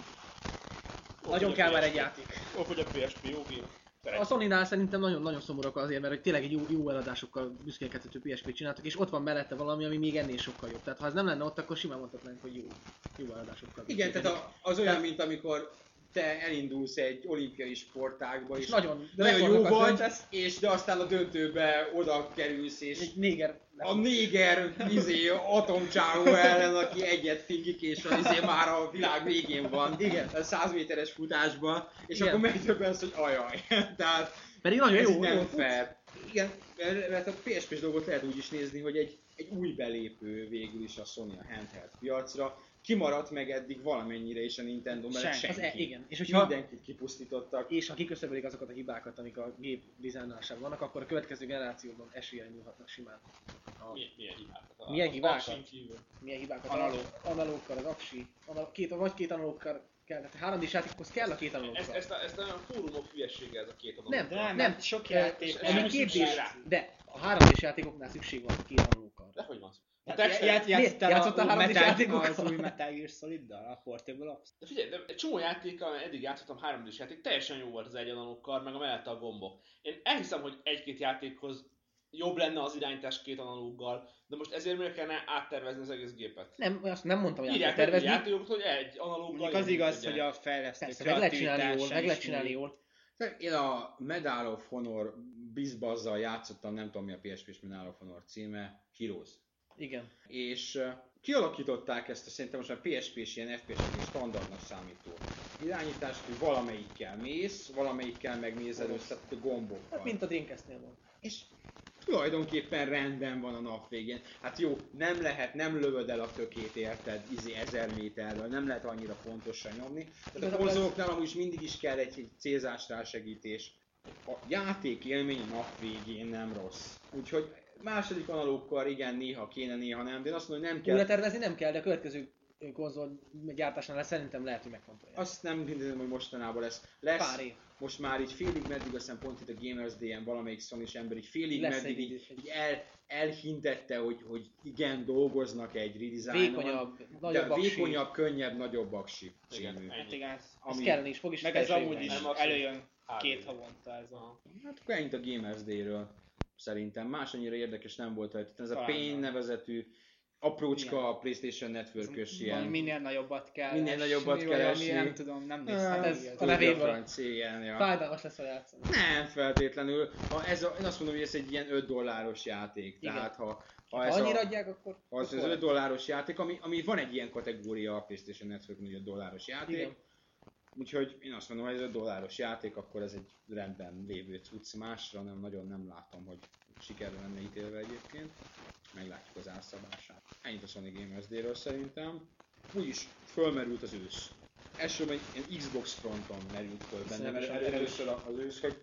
Ó, Nagyon hogy kell a már PSP. egy játék. Ó, hogy a PSP jó gép. A Sony-nál szerintem nagyon-nagyon szomorúak azért, mert hogy tényleg egy jó eladásokkal büszkélkedhető PSP-t csináltak, és ott van mellette valami, ami még ennél sokkal jobb. Tehát ha ez nem lenne ott, akkor simán mondhatnánk, hogy jó eladásokkal. Igen, tehát az olyan, mint amikor te elindulsz egy olimpiai sportágba, és nagyon nagyon jó rekordokat vagy, döntesz. de aztán a döntőbe oda kerülsz, és Egy néger. a néger atomcsávó ellen, aki egyet fingik, és már a világ végén van. Igen. A 100 méteres futásban, és Igen. akkor megdöbbensz, hogy ajaj. Tehát Pedig nagyon ez jó, így nem jó. fair. Igen, mert a PSP-s dolgot lehet úgy is nézni, hogy egy új belépő végül is a Sony a handheld piacra. Kimaradt meg eddig valamennyire is a Nintendo, mert senki. Igen. És hogyha Mindenkit kipusztítottak. és ha kiköszöbölik azokat a hibákat, amik a gép dizájnálásában vannak, akkor a következő generációban eséllyel nyúlhatnak simán. Milyen hibákat? Milyen hibákat? Aksin kívül. Milyen hibákat? Analóg. Analógkal, az aksi. Két analógkal kell. Tehát 3D-s játékhoz kell a két analógkal. Ezt a fórumok hülyesége ez a két adat. Nem, De nem. sok Eh, játék. ez Ami nem két szükség D-s, rá. de a 3D-s játékoknál szükség van a két analógkal. De hogy van? Játszottál Játszottál a 3D-s Metal, játékokkal? az új Metal Gear Soliddal, a Portable Ops? De figyelj, de egy csomó játékkal, eddig játszottam 3D-s játék, teljesen jó volt az egyanalókkal, meg a mellette a gombok. Én elhiszem, hogy egy-két játékhoz jobb lenne az irányítás két analóggal, de most ezért miért kellene áttervezni az egész gépet? Nem, azt nem mondtam, hogy át Írják kell egy tervezni. játékokat, hogy egy analóggal Mondjuk az jól igaz, működjen. hogy a fejlesztők Persze, meg lehet csinálni jól, kreativitása meg lehet is csinálni múlik. jól. Én a Medal of Honor bizbazzal játszottam, nem tudom mi a PSP-s Medal of Honor címe, Heroes. Igen. És kialakították ezt, szerintem most már PSP-s ilyen FPS-es standardnak számító irányítást, hogy valamelyikkel mész, valamelyikkel megnéz először a gombokkal. Hát mint a Dreamcast-nél volt. És tulajdonképpen rendben van a nap végén. Hát jó, nem lövöd el a tökét, érted, 1000 méterről, nem lehet annyira pontosan nyomni. Tehát a Igazából konzoloknál amúgy mindig is kell egy célzás rásegítés. A játék élmény a nap végén nem rossz. Úgyhogy második analókkal igen, néha kéne, néha nem, de én azt mondom, hogy nem kell. Újra tervezni nem kell, de a következő konzol gyártásnál szerintem lehet, hogy megfontolják. Azt nem hiszem, hogy mostanában lesz. Pár év. Most már így félig meddig, aztán pont itt a Gamers Day-en valamelyik Sony-s ember így félig Lesz meddig egy- így elhintette, hogy igen, dolgoznak egy redesignon. Vékonyabb, de nagyobb aksi. vékonyabb, könnyebb, nagyobb aksi Igen, című. Hát igen, Ez Ami, kellene is, fog is meg ez felségben. amúgy is Nem, abszolút. előjön két HD. havonta ez a... hát akkor ennyit a Gamers Day-ről szerintem. Más annyira érdekes nem volt rajta. Ez a Talán Pain nem. nevezetű aprócska Igen. PlayStation Network-ös Valami ilyen. minél nagyobbat kell Minél nagyobbat esni, keresni. valami, nem tudom, nem Hát néztem ez még a nevéből. francia, igen, ja. Fájdalmas lesz a játszani. Nem feltétlenül. Én azt mondom, hogy ez egy ilyen $5 játék. Igen. Tehát ha Ha ez annyira a, adják, akkor... az akkor $5 játék, ami van egy ilyen kategória a PlayStation Network-on, hogy $5 játék. Igen. Úgyhogy én azt mondom, hogy ez $5 játék, akkor ez egy rendben lévő cucc. Másra nagyon nem látom, hogy sikerre lenne ítélve egyébként. Meglátjuk az árszabását. Ennyit a Sony Gamers Day-ről szerintem. Úgyis fölmerült az ősz. Elsősorban egy ilyen Xbox fronton merült föl benne, mert Szerintem először az ősz, hogy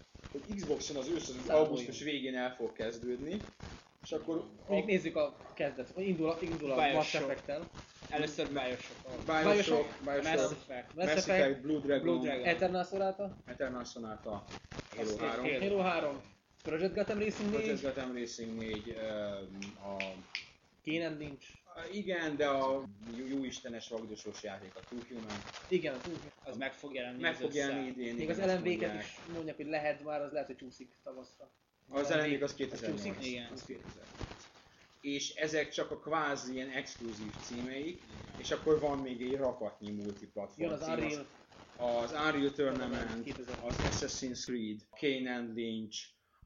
Xboxon az ősz az Számoljunk. augusztus végén el fog kezdődni. És akkor Mondjuk nézzük a kezdet. Indul a Bioshock. Mass Effect-tel. Először Bioshock. Bioshock, Mass Bioshock, Effect. Mass Effect, Blue Dragon, Blue Dragon. Eternal Sonata. Eternal Sonata, Halo Azt 3, Halo. Halo 3. Project Gotham Racing 4. Project Gotham Racing 4, a Kane Lynch. Igen, de a jó istenes vagdosos játék, a Two Human. Igen, a Two. Az meg fog jelenni. Meg az fog jelenni össze. idén. Még igen, az azt LMV-ket mondják. is mondják, hogy lehet már, az lehet, hogy csúszik tavaszra. Az LMV az 2008. csúszik? Igen. Az 2008. És ezek csak a kvázi ilyen exkluzív címeik, és akkor van még egy rakatnyi multiplatform Jön az cím, Unreal. az Unreal Tournament, 2000. az Assassin's Creed, Kane and Lynch,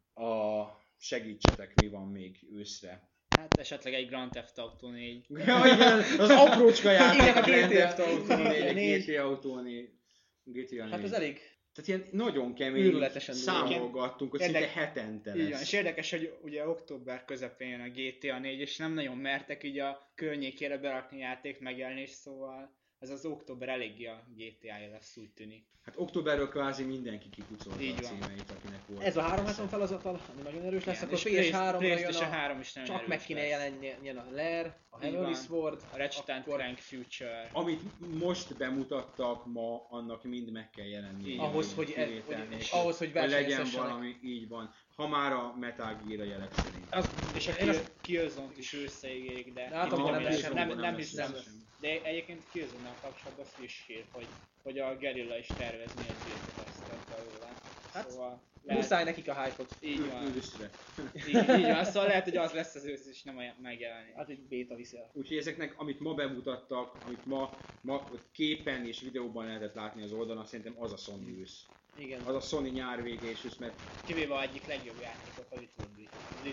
a segítsetek mi van még őszre. Hát esetleg egy Grand Theft Auto 4. Ja, igen, az aprócska játék, Igen, a a Grand GTA. Theft Auto 4, GTA 4. GTA Auto 4, GTA 4. Hát ez elég Tehát ilyen nagyon kemény, őrületesen számolgattunk, hogy szinte hetente Így van, lesz. és érdekes, hogy ugye október közepén jön a GTA 4, és nem nagyon mertek így a környékére berakni játék megjelenés, szóval ez az október eléggé a GTA-ja lesz, úgy tűnik. Hát októberről kvázi mindenki kipucolta Így a van. címeit, akinek volt. ez a 360 felazatal, ami nagyon erős lesz, Igen, akkor és PS3-ra jön PlayStation a... 3 is nagyon Csak erős meg kéne lesz. jelenjen a Lair, a Így Heavenly van. Sword, A Ratchet akkor Clank Future. Amit most bemutattak ma, annak mind meg kell jelenni. Így ahhoz, hogy, ahhoz, hogy legyen versenyezhessenek. valami, így van. Ha már a Metal Gear a jelek szerint. És a Én azt- Killzone-t is ősszeígérik, de De általában nem, nem lesz nem, semmi, nem lesz hiszem. semmi. De egyébként Killzone-nal kapcsolatban friss hír, hogy a Guerrilla is tervezni egy beta-tesztet belőle. Hát, Szóval Muszáj nekik a hype-ot. így van. Őszre. Így van, szóval lehet, hogy az lesz az ősz, és nem a megjelenés. Hát egy béta viszi el. Úgyhogy ezeknek, amit ma bemutattak, amit ma képen és videóban lehetett látni az oldalon, szerintem az a Sony ősz. Igen. Az a Sony nyár vége és ősz, mert Kivéve egyik legjobb játékot, a Little Big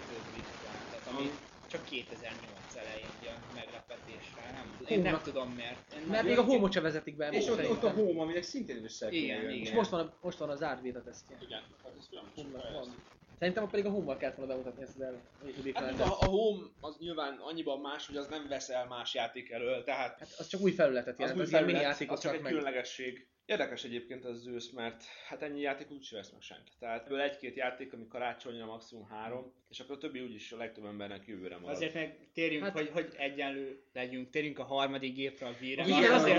Planet, ami csak 2008 elején jön meglepetésre. Én nem tudom miért. Mert még a Home-ot se vezetik be. és ott a szerintem. Home, aminek szintén össze kéne Igen, jönni. igen. És most van a zárt beta tesztje. Igen, hát ez Home-nak van. Szerintem pedig a Home-val kellett volna bemutatni ezt az Hát a Home az nyilván annyiban más, hogy az nem veszel más játék elől, tehát Hát az csak új felületet jelent, az ilyen mini játékot az csak csak egy meg. különlegesség. Érdekes egyébként az ősz, mert hát ennyi játék úgyse vesz meg senki. Tehát ebből egy-két játék, ami karácsonyra maximum 3, és akkor a többi úgyis a legtöbb embernek jövőre marad. Azért meg térjünk, Hát- hogy egyenlő legyünk, térjünk a harmadik gépre, a Wii-re. A Igen, Wii-vel azért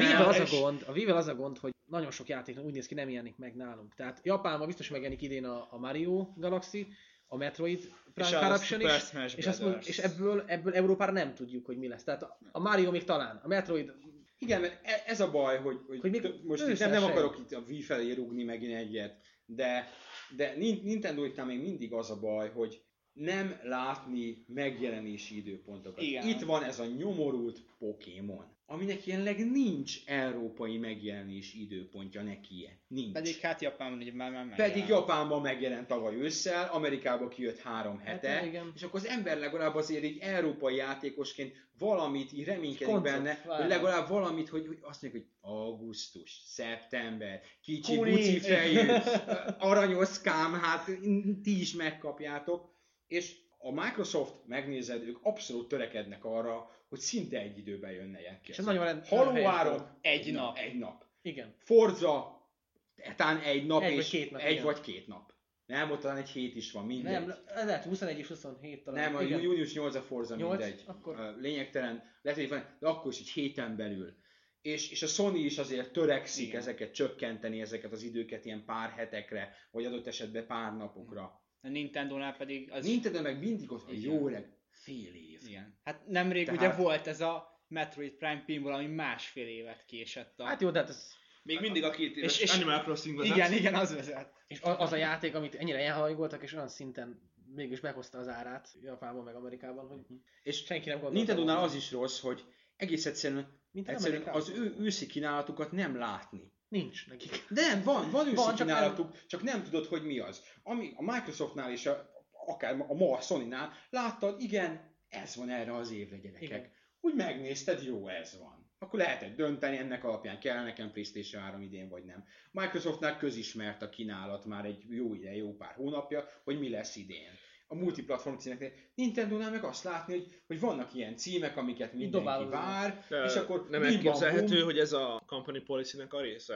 a Wii-vel az a gond, hogy nagyon sok játék úgy néz ki, nem jelenik meg nálunk. Tehát Japánban biztos megjelenik idén a Mario Galaxy, a Metroid Prime Corruption Super is, Smash és, Brothers. és ebből Európára nem tudjuk, hogy mi lesz. Tehát a Mario még talán, a Metroid Igen, mert ez a baj, hogy még most itt ősszel nem se akarok itt a Wii felé rúgni megint egyet, de Nintendo-iknál még mindig az a baj, hogy nem látni megjelenési időpontokat. Igen. Itt van ez a nyomorult Pokémon, aminek jelenleg nincs európai megjelenési időpontja nekie. Nincs. Pedig hát Japánban ugye már megjelent. Pedig Japánban megjelent tavaly ősszel, Amerikában kijött 3 hete, Hát, igen. és akkor az ember legalább azért így európai játékosként valamit így reménykedik Koncept, benne, várj. hogy legalább valamit, hogy azt mondjuk, hogy augusztus, szeptember, kicsi Kuni. bucifejű, aranyoszkám, hát ti is megkapjátok, és a Microsoft, megnézed, ők abszolút törekednek arra, hogy szinte egy időben jönne ilyen ki. És ez nagyon helyes Halo dolog. 3, Egy nap. Egy nap. igen. Forza, talán egy nap Egy és vagy két nap, egy igen. vagy két nap. Nem, ott talán egy hét is van, mindegy. Nem, lehet 21 és 27 talán. Nem, a igen. június 8 a Forza, 8? mindegy. Akkor- Lényegtelen, lehet, hogy van, de akkor is egy héten belül. És a Sony is azért törekszik Igen. ezeket csökkenteni, ezeket az időket ilyen pár hetekre, vagy adott esetben pár napokra. A Nintendo-nál pedig az... Nintendo meg mindig ott, hogy Igen. jó öreg, fél év. Igen. Hát nemrég Tehát- ugye volt ez a Metroid Prime Pinball, ami másfél évet késett. Hát jó, de hát ez... Még mindig a 2 éves és- Animal Crossing vezet. igen, az vezet. És az a játék, amit ennyire elhajgoltak, és olyan szinten mégis meghozta az árát Japánban meg Amerikában, hogy És senki nem gondolta. Nintendo-nál volna. az is rossz, hogy egész egyszerűen az ő őszi kínálatukat nem látni. Nincs nekik. De nem, van őszi Van, csak kínálatuk, csak nem tudod, hogy mi az. Ami a Microsoftnál és akár a Sony-nál láttad, igen, ez van erre az évre, gyerekek. Igen. Úgy megnézted, jó, ez van. Akkor lehetett dönteni, ennek alapján kell nekem PlayStation 3 idén, vagy nem. Microsoftnál közismert a kínálat már egy jó ide, jó pár hónapja, hogy mi lesz idén. A multiplatform címeknél. Nintendo-nál meg azt látni, hogy vannak ilyen címek, amiket mindenki dobálóznak. vár, De és akkor nem bim, bam, elképzelhető, bum. hogy ez a company policy-nek a része?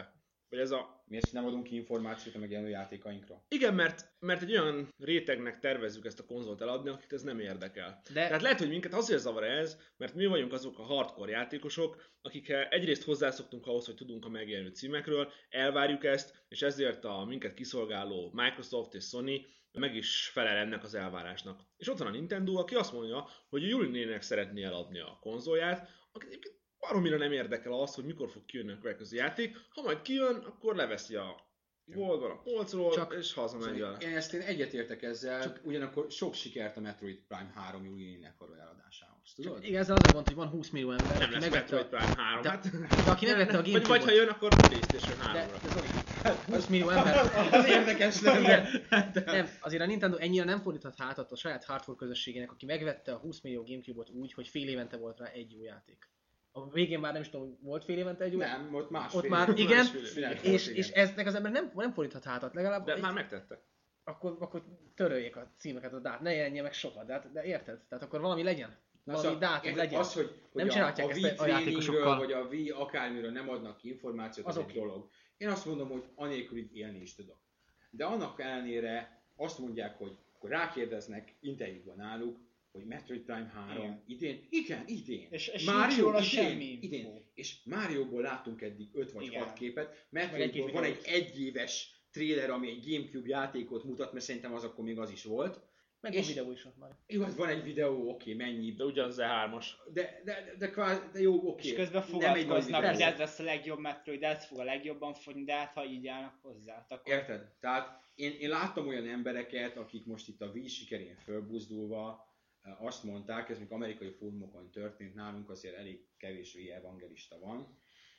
vagy ez a... Miért nem adunk ki információt a megjelenő játékainkról? Igen, mert egy olyan rétegnek tervezzük ezt a konzolt eladni, akit ez nem érdekel. De- Tehát lehet, hogy minket azért zavar ez, mert mi vagyunk azok a hardcore játékosok, akik egyrészt hozzászoktunk ahhoz, hogy tudunk a megjelenő címekről, elvárjuk ezt, és ezért a minket kiszolgáló Microsoft és Sony meg is felel ennek az elvárásnak. És ott van a Nintendo, aki azt mondja, hogy a Julinének szeretné eladni a konzolját, akit baromira nem érdekel az, hogy mikor fog kijönni a következő játék. Ha majd kijön, akkor leveszi a boltban a polcról, és hazamegy vele. Én egyetértek ezzel, ugyanakkor sok sikert a Metroid Prime 3 Julinének való eladásához. Tudod? Igen, ezzel az a gond, hogy van 20 millió ember, Nem aki lesz megvette Metroid Prime 3, de, hát... de aki megvette a Gamecube-ot. Vagy ha jön, akkor PlayStation De 3-ra. Zoli, 20 millió ember. Az érdekes lenne. Nem, azért a Nintendo ennyire nem fordíthat hátat a saját hardcore közösségének, aki megvette a 20 millió Gamecube-ot úgy, hogy fél évente volt rá egy jó játék. A végén már nem is tudom, volt fél évente egy jó játék? Nem, ott másfél. Ott már igen, Másfél. és eznek az ember nem fordíthat hátat, legalább De már megtette. akkor töröljék a címeket, a dát, ne jelenjen meg sokat, de érted? Tehát akkor valami legyen. Valami dátum legyen. Az, hogy Nem a csinálhatják Wii ezt a játékosokkal. Trainingről, vagy a Wii akármiről nem adnak ki információt, Az az egy oké. dolog. Én azt mondom, hogy anélkül így élni is tudok. De annak ellenére azt mondják, hogy akkor rákérdeznek interjúban náluk, hogy Metroid Prime 3 Igen. idén. Igen, idén. És Mario nincs róla idén, semmi info. idén. És Marioból láttunk eddig 5 vagy Igen. 6 képet. Meg egy-két Metroidból van egy videót. egyéves trailer, ami egy Gamecube játékot mutat, mert szerintem az akkor még az is volt. Meg és- a videó is ott már. Jó, hát van egy videó, oké, mennyi. De ugyanaz E3-as. De jó, oké. És közben Nem egy nagy fogadkoznak, videó. hogy ez lesz a legjobb Metroid, ez fog a legjobban fogni, de hát ha így állnak hozzá, akkor Érted? Tehát én láttam olyan embereket, akik most itt a Wii sikerén fölbuzdulva azt mondták, ez még amerikai fórumokon történt, nálunk azért elég kevés Wii evangelista van,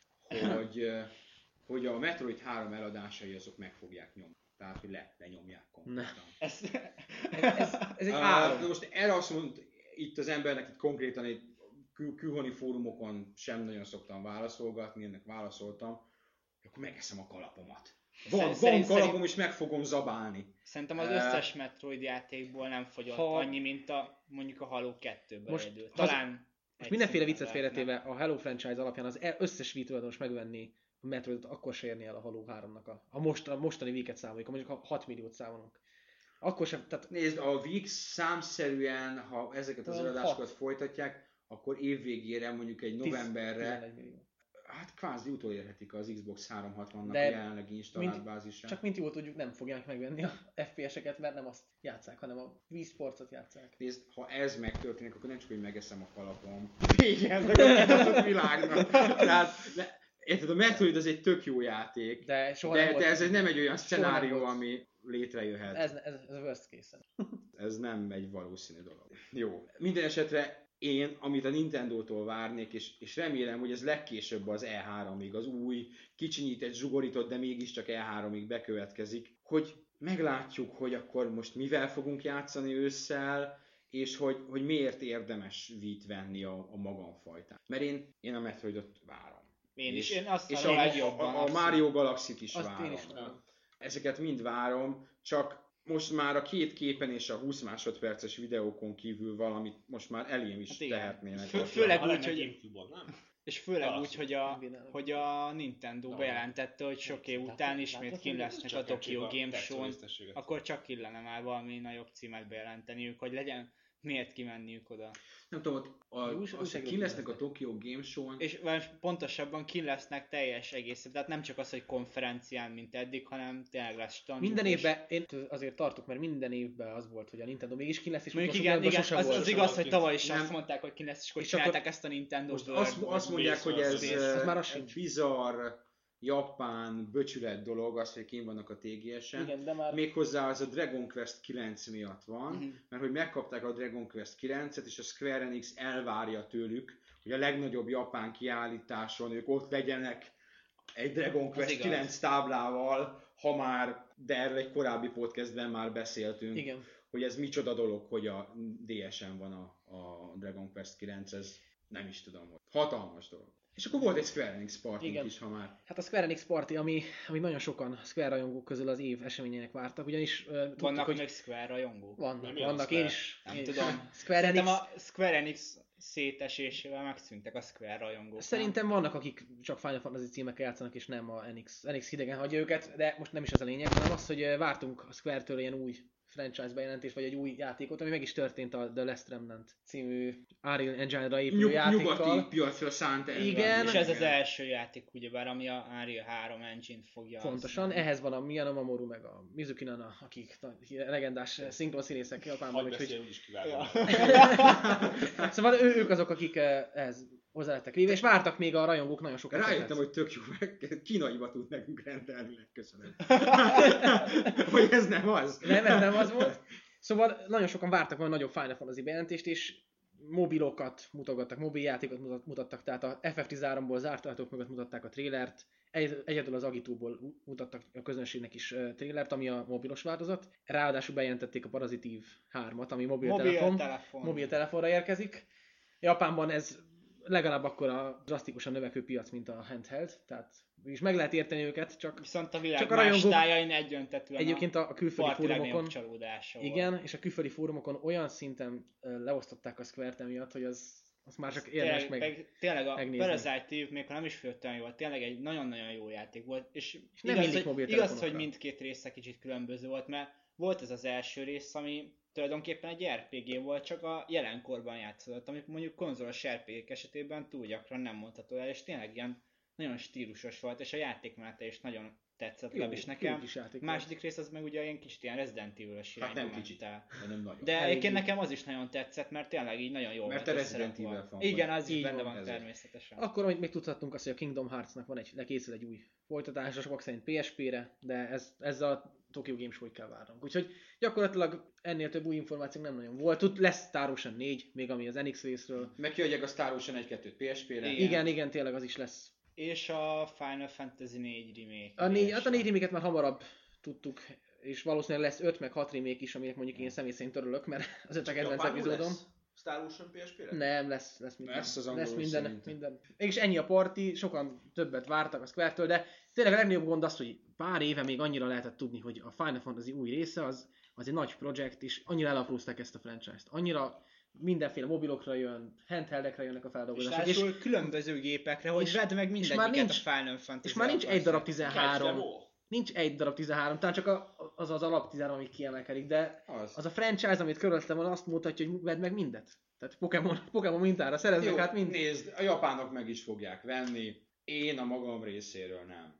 hogy a Metroid 3 eladásai azok meg fogják nyomni. Tehát, hogy lenyomják konkrétan. ez, Ez egy álom. Most erre azt mond itt az embernek itt konkrétan egy külhoni fórumokon sem nagyon szoktam válaszolgatni, ennek válaszoltam, hogy akkor megeszem a kalapomat. Van kalapom, és meg fogom zabálni. szerintem az összes Metroid játékból nem fogyott annyi, mint mondjuk a Halo 2-ből Most egyedül. az- Talán Most mindenféle viccet félretéve a Halo franchise alapján az összes Wii tulajdonos megvenni a Metroidot, akkor se érni el a Halo 3-nak a mostani Wii-ket számoljuk, mondjuk ha 6 milliót számolunk. Akkor sem, tehát Nézd, a Wii számszerűen, ha ezeket az Olyan eladásokat 6. folytatják, akkor évvégére, mondjuk egy novemberre, 11 millió. hát kvázi utolérhetik az Xbox 360-nak De a jelenlegi installált bázisát. Csak mint jól tudjuk, nem fogják megvenni a FPS-eket, mert nem azt játsszák, hanem a Wii Sports-ot játsszák. Nézd, ha ez megtörténik, akkor nem csak, hogy megeszem a kalapom. Igen, meg a világnak. Tehát, érted, a Metroid az egy tök jó játék, De soha de, nem volt, de ez nem egy olyan soha szenárió, nem volt. ami létrejöhet. Ez a worst case. Ez nem egy valószínű dolog. Jó. Minden esetre én, amit a Nintendo-tól várnék, és remélem, hogy ez legkésőbb az E3-ig, az új, kicsinyített, zsugorított, de mégiscsak E3-ig bekövetkezik, hogy meglátjuk, hogy akkor most mivel fogunk játszani ősszel, és hogy miért érdemes Wii-t venni a magamfajtán. Mert én a Metroidot várom. én is, én azt és a legjobban. a Mario Galaxy-t is Azt várom. én is várom. Ezeket mind várom, csak most már a 2 képen és a 20 másodperces videókon kívül valamit most már elém is Hát igen. tehetnének. Főleg Ha úgy, lenne hogy Gamecube-on, nem? és főleg Galaxy. úgy, hogy a Nintendo Na. bejelentette, hogy sok év után ismét kint lesznek a Tokyo Game Show-n, akkor csak illene már valami nagyobb címet bejelenteniük, hogy legyen miért kimenniük oda. Nem tudom, ott ki lesznek a Tokyo Game Show-on. És pontosabban kint lesznek teljes egészében, tehát nem csak az, hogy konferencián, mint eddig, hanem tényleg lesz standjuk. Minden és- évben, én azért tartok, mert minden évben az volt, hogy a Nintendo mégis ki lesz, és Mondjuk utolsó igen, pillanatban az sose volt. igaz, hogy tavaly is Nem. azt mondták, hogy ki lesz, és hogy És akkor- csinálták ezt a Nintendo Most World. azt mondják, hogy ez Az már az sincs. bizarr, japán, böcsület dolog, az, hogy kint vannak a TGS-en. Igen, de már Méghozzá az a Dragon Quest 9 miatt van, Mhm. mert hogy megkapták a Dragon Quest 9-et, és a Square Enix elvárja tőlük, hogy a legnagyobb japán kiállításon ők ott legyenek egy Dragon Quest igaz. 9 táblával, ha már, de erről egy korábbi podcastben már beszéltünk, igen. hogy ez micsoda dolog, hogy a DS-en van a Dragon Quest 9, ez nem is tudom, hogy hatalmas dolog. És akkor volt egy Square Enix partink Igen. is, ha már. Hát a Square Enix Party, ami nagyon sokan Square rajongók közül az év eseményének vártak, ugyanis tudtuk, Vannak hogy még Square rajongók. Nem, vannak, mi a én Square? is. Nem én- tudom. Square Enix, Szerintem a Square Enix szétesésével megszűntek a Square rajongók. Szerintem vannak, akik csak Final Fantasy címekkel játszanak, és nem a NX hidegen hagyja őket, de most nem is ez a lényeg, hanem az, hogy vártunk a Square-től ilyen új franchise bejelentés, vagy egy új játékot, ami meg is történt a The Last Remnant című Unreal Engine-ra épülő játékkal. Nyugati piacra szánt Igen. És ez az első játék, ugyebár, ami a Unreal 3 engine-t fogja Pontosan, használni. ehhez van a Miyamoto Mamoru meg a Mizuki Nana, akik legendás szinkron színészek Japánban, Hadd úgyhogy... beszélj, úgyis kivágom. Szóval ők azok, akik ehhez hozzá lettek véve, és vártak még a rajongók nagyon sokat. Rájöttem, hogy tök jó, mert kínaiba tud nekünk rendelni, köszönöm. Hogy ez nem az. Nem, ez nem az volt. Szóval nagyon sokan vártak majd nagyobb Final Fantasy bejelentést, és mobilokat mutogattak, mobiljátékot mutattak, tehát a FF13-ból zárt ajtók mögött mutatták a trélert, egyedül az Agitúból mutattak a közönségnek is trélert, ami a mobilos változat. Ráadásul bejelentették a Parazitív 3-at, ami mobiltelefonra érkezik. Japánban ez legalább akkora drasztikusan növekvő piac, mint a handheld, tehát is meg lehet érteni őket, csak... Viszont a világ csak a más rajongók- tájain egyöntetően Egyébként a külföldi parti legnagyobb fórumokon... csalódása Igen, volt. és a külföldi fórumokon olyan szinten leosztották a Square-t emiatt, hogy az már csak érdemes Tényleg a megnézni. Parasite Eve, még ha nem is főtt olyan jól, tényleg egy nagyon-nagyon jó játék volt, és nem igaz, illik hogy, mobiltelefonokra. igaz, hogy mindkét része kicsit különböző volt, mert volt ez az első rész, ami tulajdonképpen egy RPG volt, csak a jelenkorban játszódott, amit mondjuk konzolos RPG-k esetében túl gyakran nem mondható el, és tényleg ilyen nagyon stílusos volt, és a játékmenete is nagyon tetszett, legalábbis nekem. kis játék A második rész az meg ugye ilyen kicsit ilyen Resident Evil-es Hát irányba nem ment kicsit, el. de nem nagyon. De Elég egyébként így. nekem az is nagyon tetszett, mert tényleg így nagyon jó Mert volt te Resident összerakva. Evil fan Igen, vagy. az is Így benne van, van ezért. természetesen. Akkor, amit még tudhattunk, az, hogy a Kingdom Hearts-nak készül egy új folytatása, sokak szerint PSP-re, de ez a Tokyo Game Show-ig kell várnunk. Úgyhogy gyakorlatilag ennél több új információ nem nagyon volt. Lesz Star Ocean 4, még ami az NX részről. Meg kiadják a Star Ocean 1-2-t PSP-re. Igen, tényleg az is lesz. És a Final Fantasy 4 remake. A 4 remake-et már hamarabb tudtuk, és valószínűleg lesz 5 meg 6 remake is, aminek mondjuk én személy szerint örülök, mert az a kedvenc epizódom. Star Ocean PSP-re? Nem, lesz minden. Lesz az angolul minden, szerintem. minden. És ennyi a parti, sokan többet vártak a Square-től, de tényleg a legnagyobb gond az, hogy pár éve még annyira lehetett tudni, hogy a Final Fantasy új része az egy nagy projekt, és annyira elaprózták ezt a franchise-t. Annyira mindenféle mobilokra jön, handheldekre jönnek a És feldolgozások. ráadásul különböző gépekre, hogy vedd meg mindegyiket már nincs- a Final Fantasy. És már nincs egy darab Catch 13. them all. Nincs egy darab 13, talán csak az alap 13, ami kiemelkedik, de Az. az a franchise, amit körülöttem van, azt mutatja, hogy vedd meg mindet. Tehát Pokémon mintára, szerezd meg Jó, hát mind. nézd, a japánok meg is fogják venni. Én a magam részéről nem.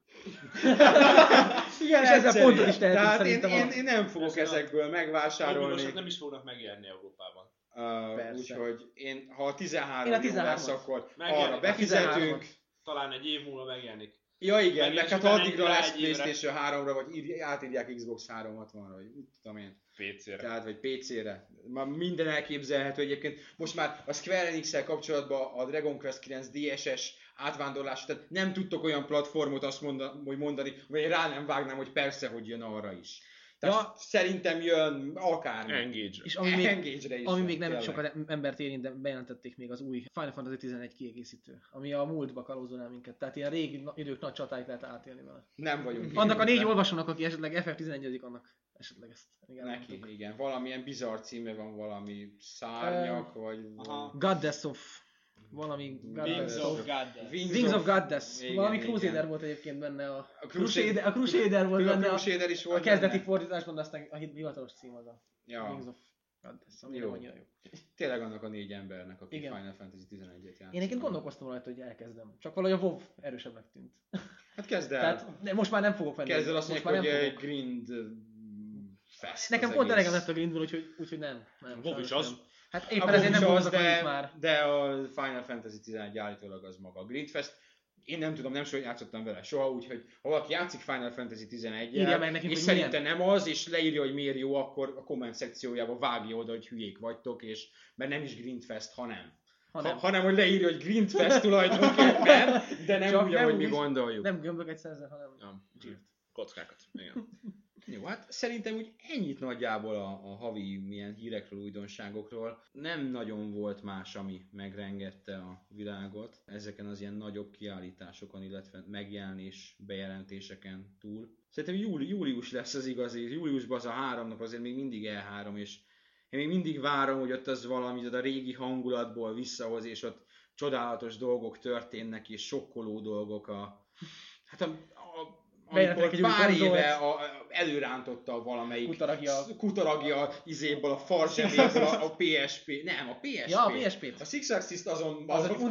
Igen, ezzel Egyszerűen. pontot is tehetünk Tehát szerintem. én nem fogok Persze, ezekből megvásárolni. Mobilosok nem is fognak megélni Európában. Persze. Úgyhogy ha a 13 Én a jó 13-at. lesz, akkor Megjelenik arra a befizetünk. 13-at. Talán egy év múlva megjelenik. Ja igen, Meg meg és hát utána addigra rá lesz egy évre. PlayStation 3-ra, vagy átírják Xbox 360-ra, vagy mit tudom én. PC-re. Tehát, vagy PC-re. Már minden elképzelhető egyébként. Most már a Square Enix-el kapcsolatban a Dragon Quest 9 DSS átvándorlás, tehát nem tudtok olyan platformot azt mondani, hogy rá nem vágnám, hogy persze, hogy jön arra is. Tehát Ja. szerintem jön akármi. Engage. És Engage-re is ami jön, még nem tényleg. sokat embert érint, de bejelentették még az új Final Fantasy 11 kiegészítő, ami a múltba kalózol el minket. Tehát ilyen régi idők nagy csatáit lehet átélni vele. Nem vagyunk. Annak a 4 érintve. olvasónak, aki esetleg FF11-ezik, annak esetleg ezt. Igen, Neki, mondtuk. igen. Valamilyen bizarr címe van, valami szárnyak, vagy... Aha. Goddess of... Valami Wings of of... God. Wings of Goddess. Igen, Valami igen. Crusader volt egyébként benne a Crusader- a Crusader volt A benne Crusader is a volt kezdeti benne. fordításban, de aztán a hivatalos cím az a Wings Ja, of Goddess, ami Jó. nem annyira jó. tényleg annak a 4 embernek, aki Igen. Final Fantasy 11-et játszik. Én egyébként gondolkoztam rajta, hogy elkezdem. Csak valahogy a WoW erősebbnek tűnt. Hát kezd el. Tehát de most már nem fogok venni. Kezd el azt most mondjuk, már hogy nem fogok. Grind Fest. Nekem az pont egész. elegem lett a Grindből, úgyhogy nem. WoW sajnos is az. nem. Hát A éppen ezért nem WoW is fogok az, annyit már. de a Final Fantasy 11 állítólag az maga. A Grindfest, én nem tudom, nem soha játszottam vele soha, úgyhogy ha valaki játszik Final Fantasy 11 Írja meg nekünk, és hogy szerinte milyen. nem az, és leírja, hogy miért jó, akkor a komment szekciójába vágja oda, hogy hülyék vagytok, és mert nem is Grindfest, hanem hogy leírja, hogy Grindfest tulajdonképpen, de nem Csak úgy, nem ahogy mi úgy. gondoljuk. Nem gömböket szerzel, hanem Ja. zsírt. Kockákat. Igen. Jó, hát szerintem úgy ennyit nagyjából a havi milyen hírekről, újdonságokról. Nem nagyon volt más, ami megrengette a világot ezeken az ilyen nagyobb kiállításokon, illetve megjelenés bejelentéseken túl. Szerintem július lesz az igazi, júliusban az a 3 nap azért még mindig E3, és Én még mindig várom, hogy ott az valami a régi hangulatból visszahoz, és ott csodálatos dolgok történnek, és sokkoló dolgok. Amikor pár éve előrántotta valamelyik kutaragja izéből, a farzsebéből a PSP. Nem, a PSP. Ja, a PSP-t. A Six Axis azon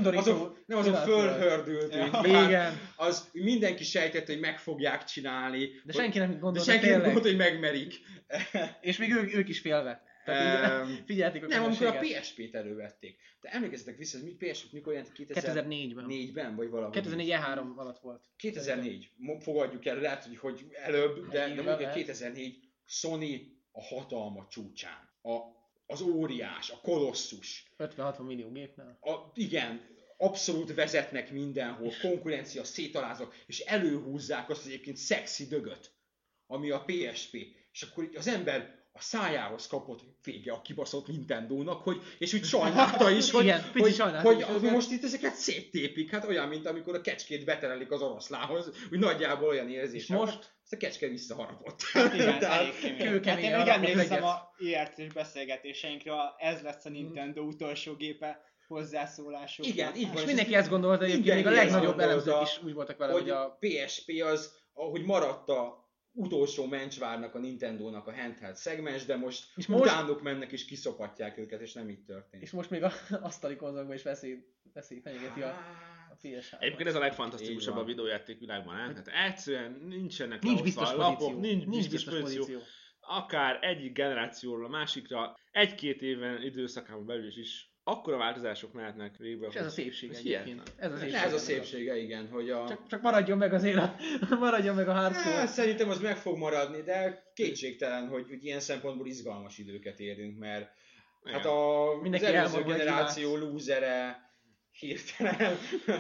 fölhördültünk. Igen. Az mindenki sejtette, hogy meg fogják csinálni. De senki nem gondolta, hogy megmerik. És még ők is félve. Figyelték a nem, amikor a PSP-t elővették. De emlékezzetek vissza, hogy PSP mikor jelent 2004-ben. 2004-ben, vagy valahogy. 2004 E3 alatt volt. 2004. Fogadjuk el, lehet, hogy előbb, de 2004 Sony a hatalma csúcsán. Az óriás, a kolosszus. 50-60 millió gépnál. Igen, abszolút vezetnek mindenhol, konkurencia, szétaláznak, és előhúzzák azt az egyébként szexi dögöt, ami a PSP. És akkor az ember a szájához kapott vége a kibaszott Nintendónak, és úgy sajnálta is, hogy most itt ezeket széttépik. Hát olyan, mint amikor a kecskét beterelik az oroszlához, úgy nagyjából olyan érzés. És most ezt a kecske visszaharapott. Hát igen, kőkemény. Én még emlékszem a IRC-s beszélgetéseinkre, ez lesz a Nintendo utolsó gépe hozzászólások. Igen, így van. És mindenki ezt gondolta, egyébként még a legnagyobb elemzők is úgy voltak vele, hogy a PSP az, ahogy maradt a utolsó mencsvárnak a Nintendónak a handheld szegmens, de most utánuk mennek és kiszopatják őket, és nem így történt. És most még az asztali konzolokban is veszély fenyegeti a PS3. Egyébként ez a legfantasztikusabb a videójáték világban, hát egyszerűen nincsenek nincs biztos lapok, nincs biztos pozíció. Akár egyik generációról a másikra, 1-2 éven időszakában belül is akkora változások mehetnek végbe. És ez a szépség egyébként. Ez a szépsége, igen. Hogy csak maradjon meg azért maradjon meg a hardcore. Szerintem az meg fog maradni, de kétségtelen, hogy ilyen szempontból izgalmas időket érünk, mert hát az előző generáció lúzere hirtelen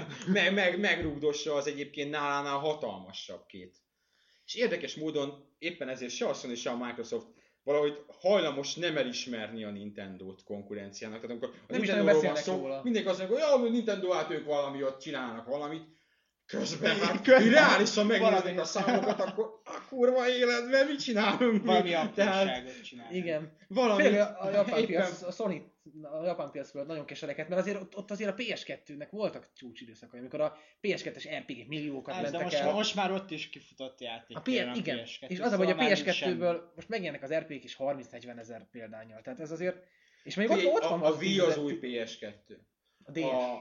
megrúgdossa az egyébként nálánál hatalmasabb két. És érdekes módon éppen ezért se a Sony, se a Microsoft valahogy hajlamos nem elismerni a Nintendót konkurenciának. Tehát amikor a Nintendóról van szó, mindenki azt mondja, hogy a Nintendo, hát ők valami ott csinálnak valamit. Közben hát reálisan megnéznék a számokat, akkor a kurva életben mit csinálunk? Valami apróságot csinálunk. Igen. Valami. A japán piac, a Sony a japán piac volt nagyon kesereket, mert azért ott azért a PS2-nek voltak csúcsidőszakai, amikor a PS2-es RPG-k milliókat mentek el. Most már ott is kifutott játék. Igen, és az, hogy a PS2-ből most megjelennek az RPG-k is 30-40 ezer példánnyal, tehát ez azért... És még ott van a Wii az új PS2. A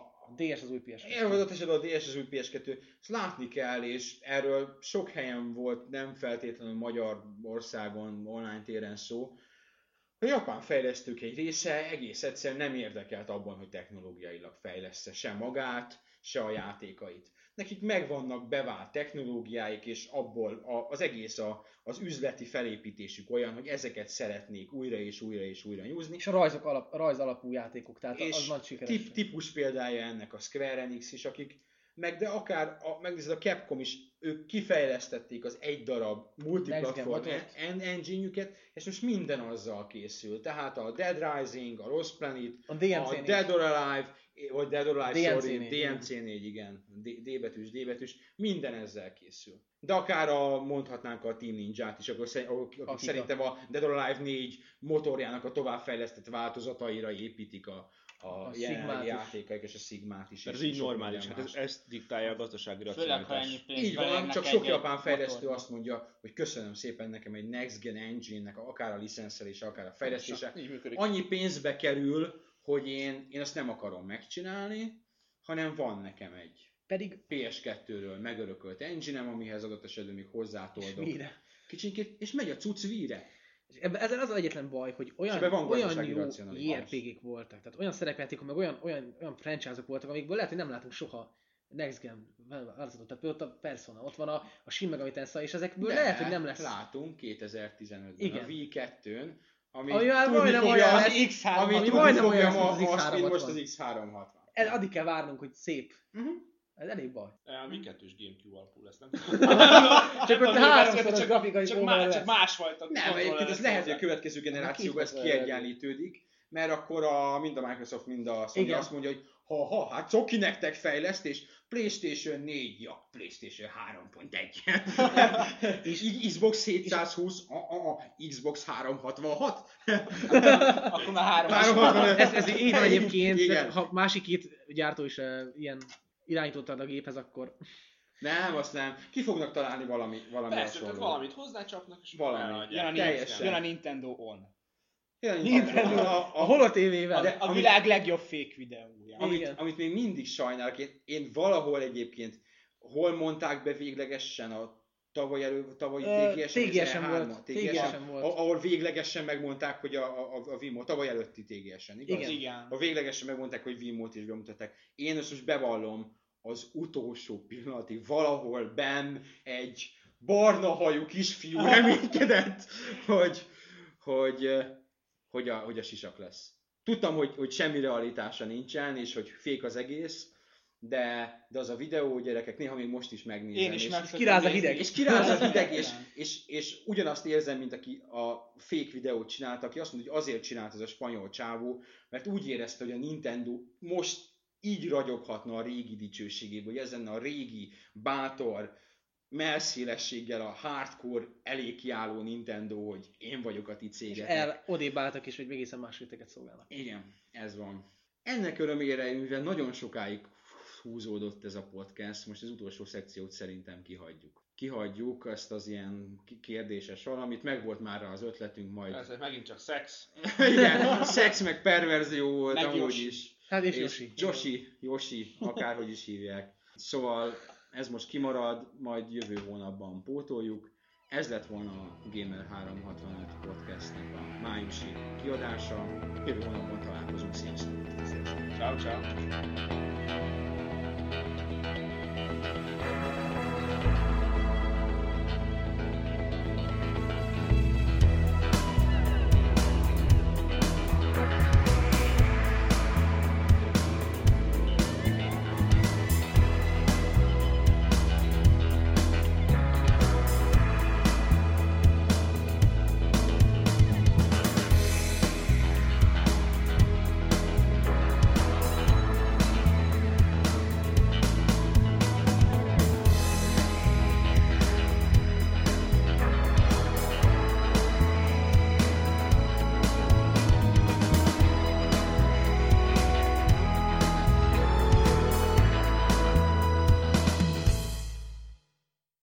DS az új PS2. Elhozott esetben a DS az új PS2. Ezt látni kell, és erről sok helyen volt, nem feltétlenül Magyarországon, online téren szó. A japán fejlesztők egy része egész egyszerűen nem érdekelt abban, hogy technológiailag fejlessze se magát, se a játékait. Nekik megvannak bevált technológiáik, és abból az egész az üzleti felépítésük olyan, hogy ezeket szeretnék újra és újra és újra nyúzni. És a rajz alapú játékok, tehát és az nagy sikeres. Típus példája ennek a Square Enix is, akik de akár megnézed a Capcom is, ők kifejlesztették az egy darab multiplatform engine-jüket, és most minden azzal készül. Tehát a Dead Rising, a Lost Planet, a Dead or Alive, vagy Dead or Alive, DMC4, igen, D betűs, minden ezzel készül. De akár mondhatnánk a Team Ninja-t is, akik szerintem a Dead or Alive 4 motorjának a továbbfejlesztett változataira építik a jelenlegi játékaik, és a Sigmát is. Ez így normális, hát ezt diktálja a gazdasági racionalitás. Így van, csak sok japán fejlesztő azt mondja, hogy köszönöm szépen nekem egy Next Gen Engine-nek akár a licenszelése, akár a fejlesztése. Annyi pénzbe kerül, hogy én azt nem akarom megcsinálni, hanem van nekem egy PS2-ről megörökölt engine-em, amihez adott esetben még hozzátoldok kicsinkét, és megy a cucc víre. Ezen az egyetlen baj, hogy olyan jó JRPG-k voltak, tehát olyan szerepjátékok, meg olyan franchise-ok voltak, amikből lehet, hogy nem látunk soha Next Gen változatot. Tehát például a Persona, ott van a Shin Megami Tensei, és ezekből lehet, hogy nem lesz. Látunk 2015-ben igen. A Wii 2-n, ami már majdnem olyan lesz, ami majdnem olyan lesz, mint most az X360. Addig kell várnunk, hogy szép. Ez elég baj. A Wii 2-s GameCube alapú lesz, nem? Csak ott háromszoros grafikai csak másfajta. Nem, egyébként ez lehet, hogy a következő generációban ez kiegyenlítődik, mert akkor mind a Microsoft, mind a Sony azt mondja, hogy hát coki nektek fejlesztés, PlayStation 4, ja, PlayStation 3.1. Xbox 720, Xbox 366. Akkor már 365. Ez így van egyébként, Igen. ha másik két gyártó is ilyen irányította a géphez, akkor... Nem, azt nem. Ki fognak találni valami Persze, tehát hasonlót. valamit hozzácsapnak, és Valami. eladják. Teljesen. Jön a Nintendo On. A Holo TV-vel. A világ legjobb fake videója. Igen. Amit még mindig sajnálok, én valahol egyébként, hol mondták be véglegesen a tavalyi TGS-en volt. TGS-en volt. Ahol véglegesen megmondták, hogy a Vimeo, tavaly előtti TGS-en, igaz? Igen. A véglegesen megmondták, hogy Vimeo-t is bemutatták. Én most bevallom, az utolsó pillanatig valahol benn egy barna hajú kisfiú reménykedett, hogy a sisak lesz. Tudtam, hogy semmi realitása nincsen, és hogy fék az egész, de az a videó, gyerekek, néha még most is megnézem. Én is meg kiráz a hideg. És kiráz a hideg, és ugyanazt érzem, mint aki a fake videót csinálta, aki azt mondja, hogy azért csinált ez a spanyol csávó, mert úgy érezte, hogy a Nintendo most így ragyoghatna a régi dicsőségéből, hogy ez lenne a régi, bátor, melszélességgel a hardcore elé kiálló Nintendo, hogy én vagyok a ti cégetek. Odébb álltak is, hogy egészen más réteget szolgálnak. Igen, ez van. Ennek örömére, mivel nagyon sokáig húzódott ez a podcast, most az utolsó szekciót szerintem kihagyjuk. Kihagyjuk ezt az ilyen kérdéses valamit, megvolt már az ötletünk majd. Ez megint csak szex. Igen, szex meg perverzió volt meg amúgy Yoshi. is. Hát és Yoshi, akárhogy is hívják. Szóval ez most kimarad, majd jövő hónapban pótoljuk. Ez lett volna a Gamer 365 podcastnek a májusi kiadása. Jövő hónapban találkozunk, sziasztok! Ciao, ciao.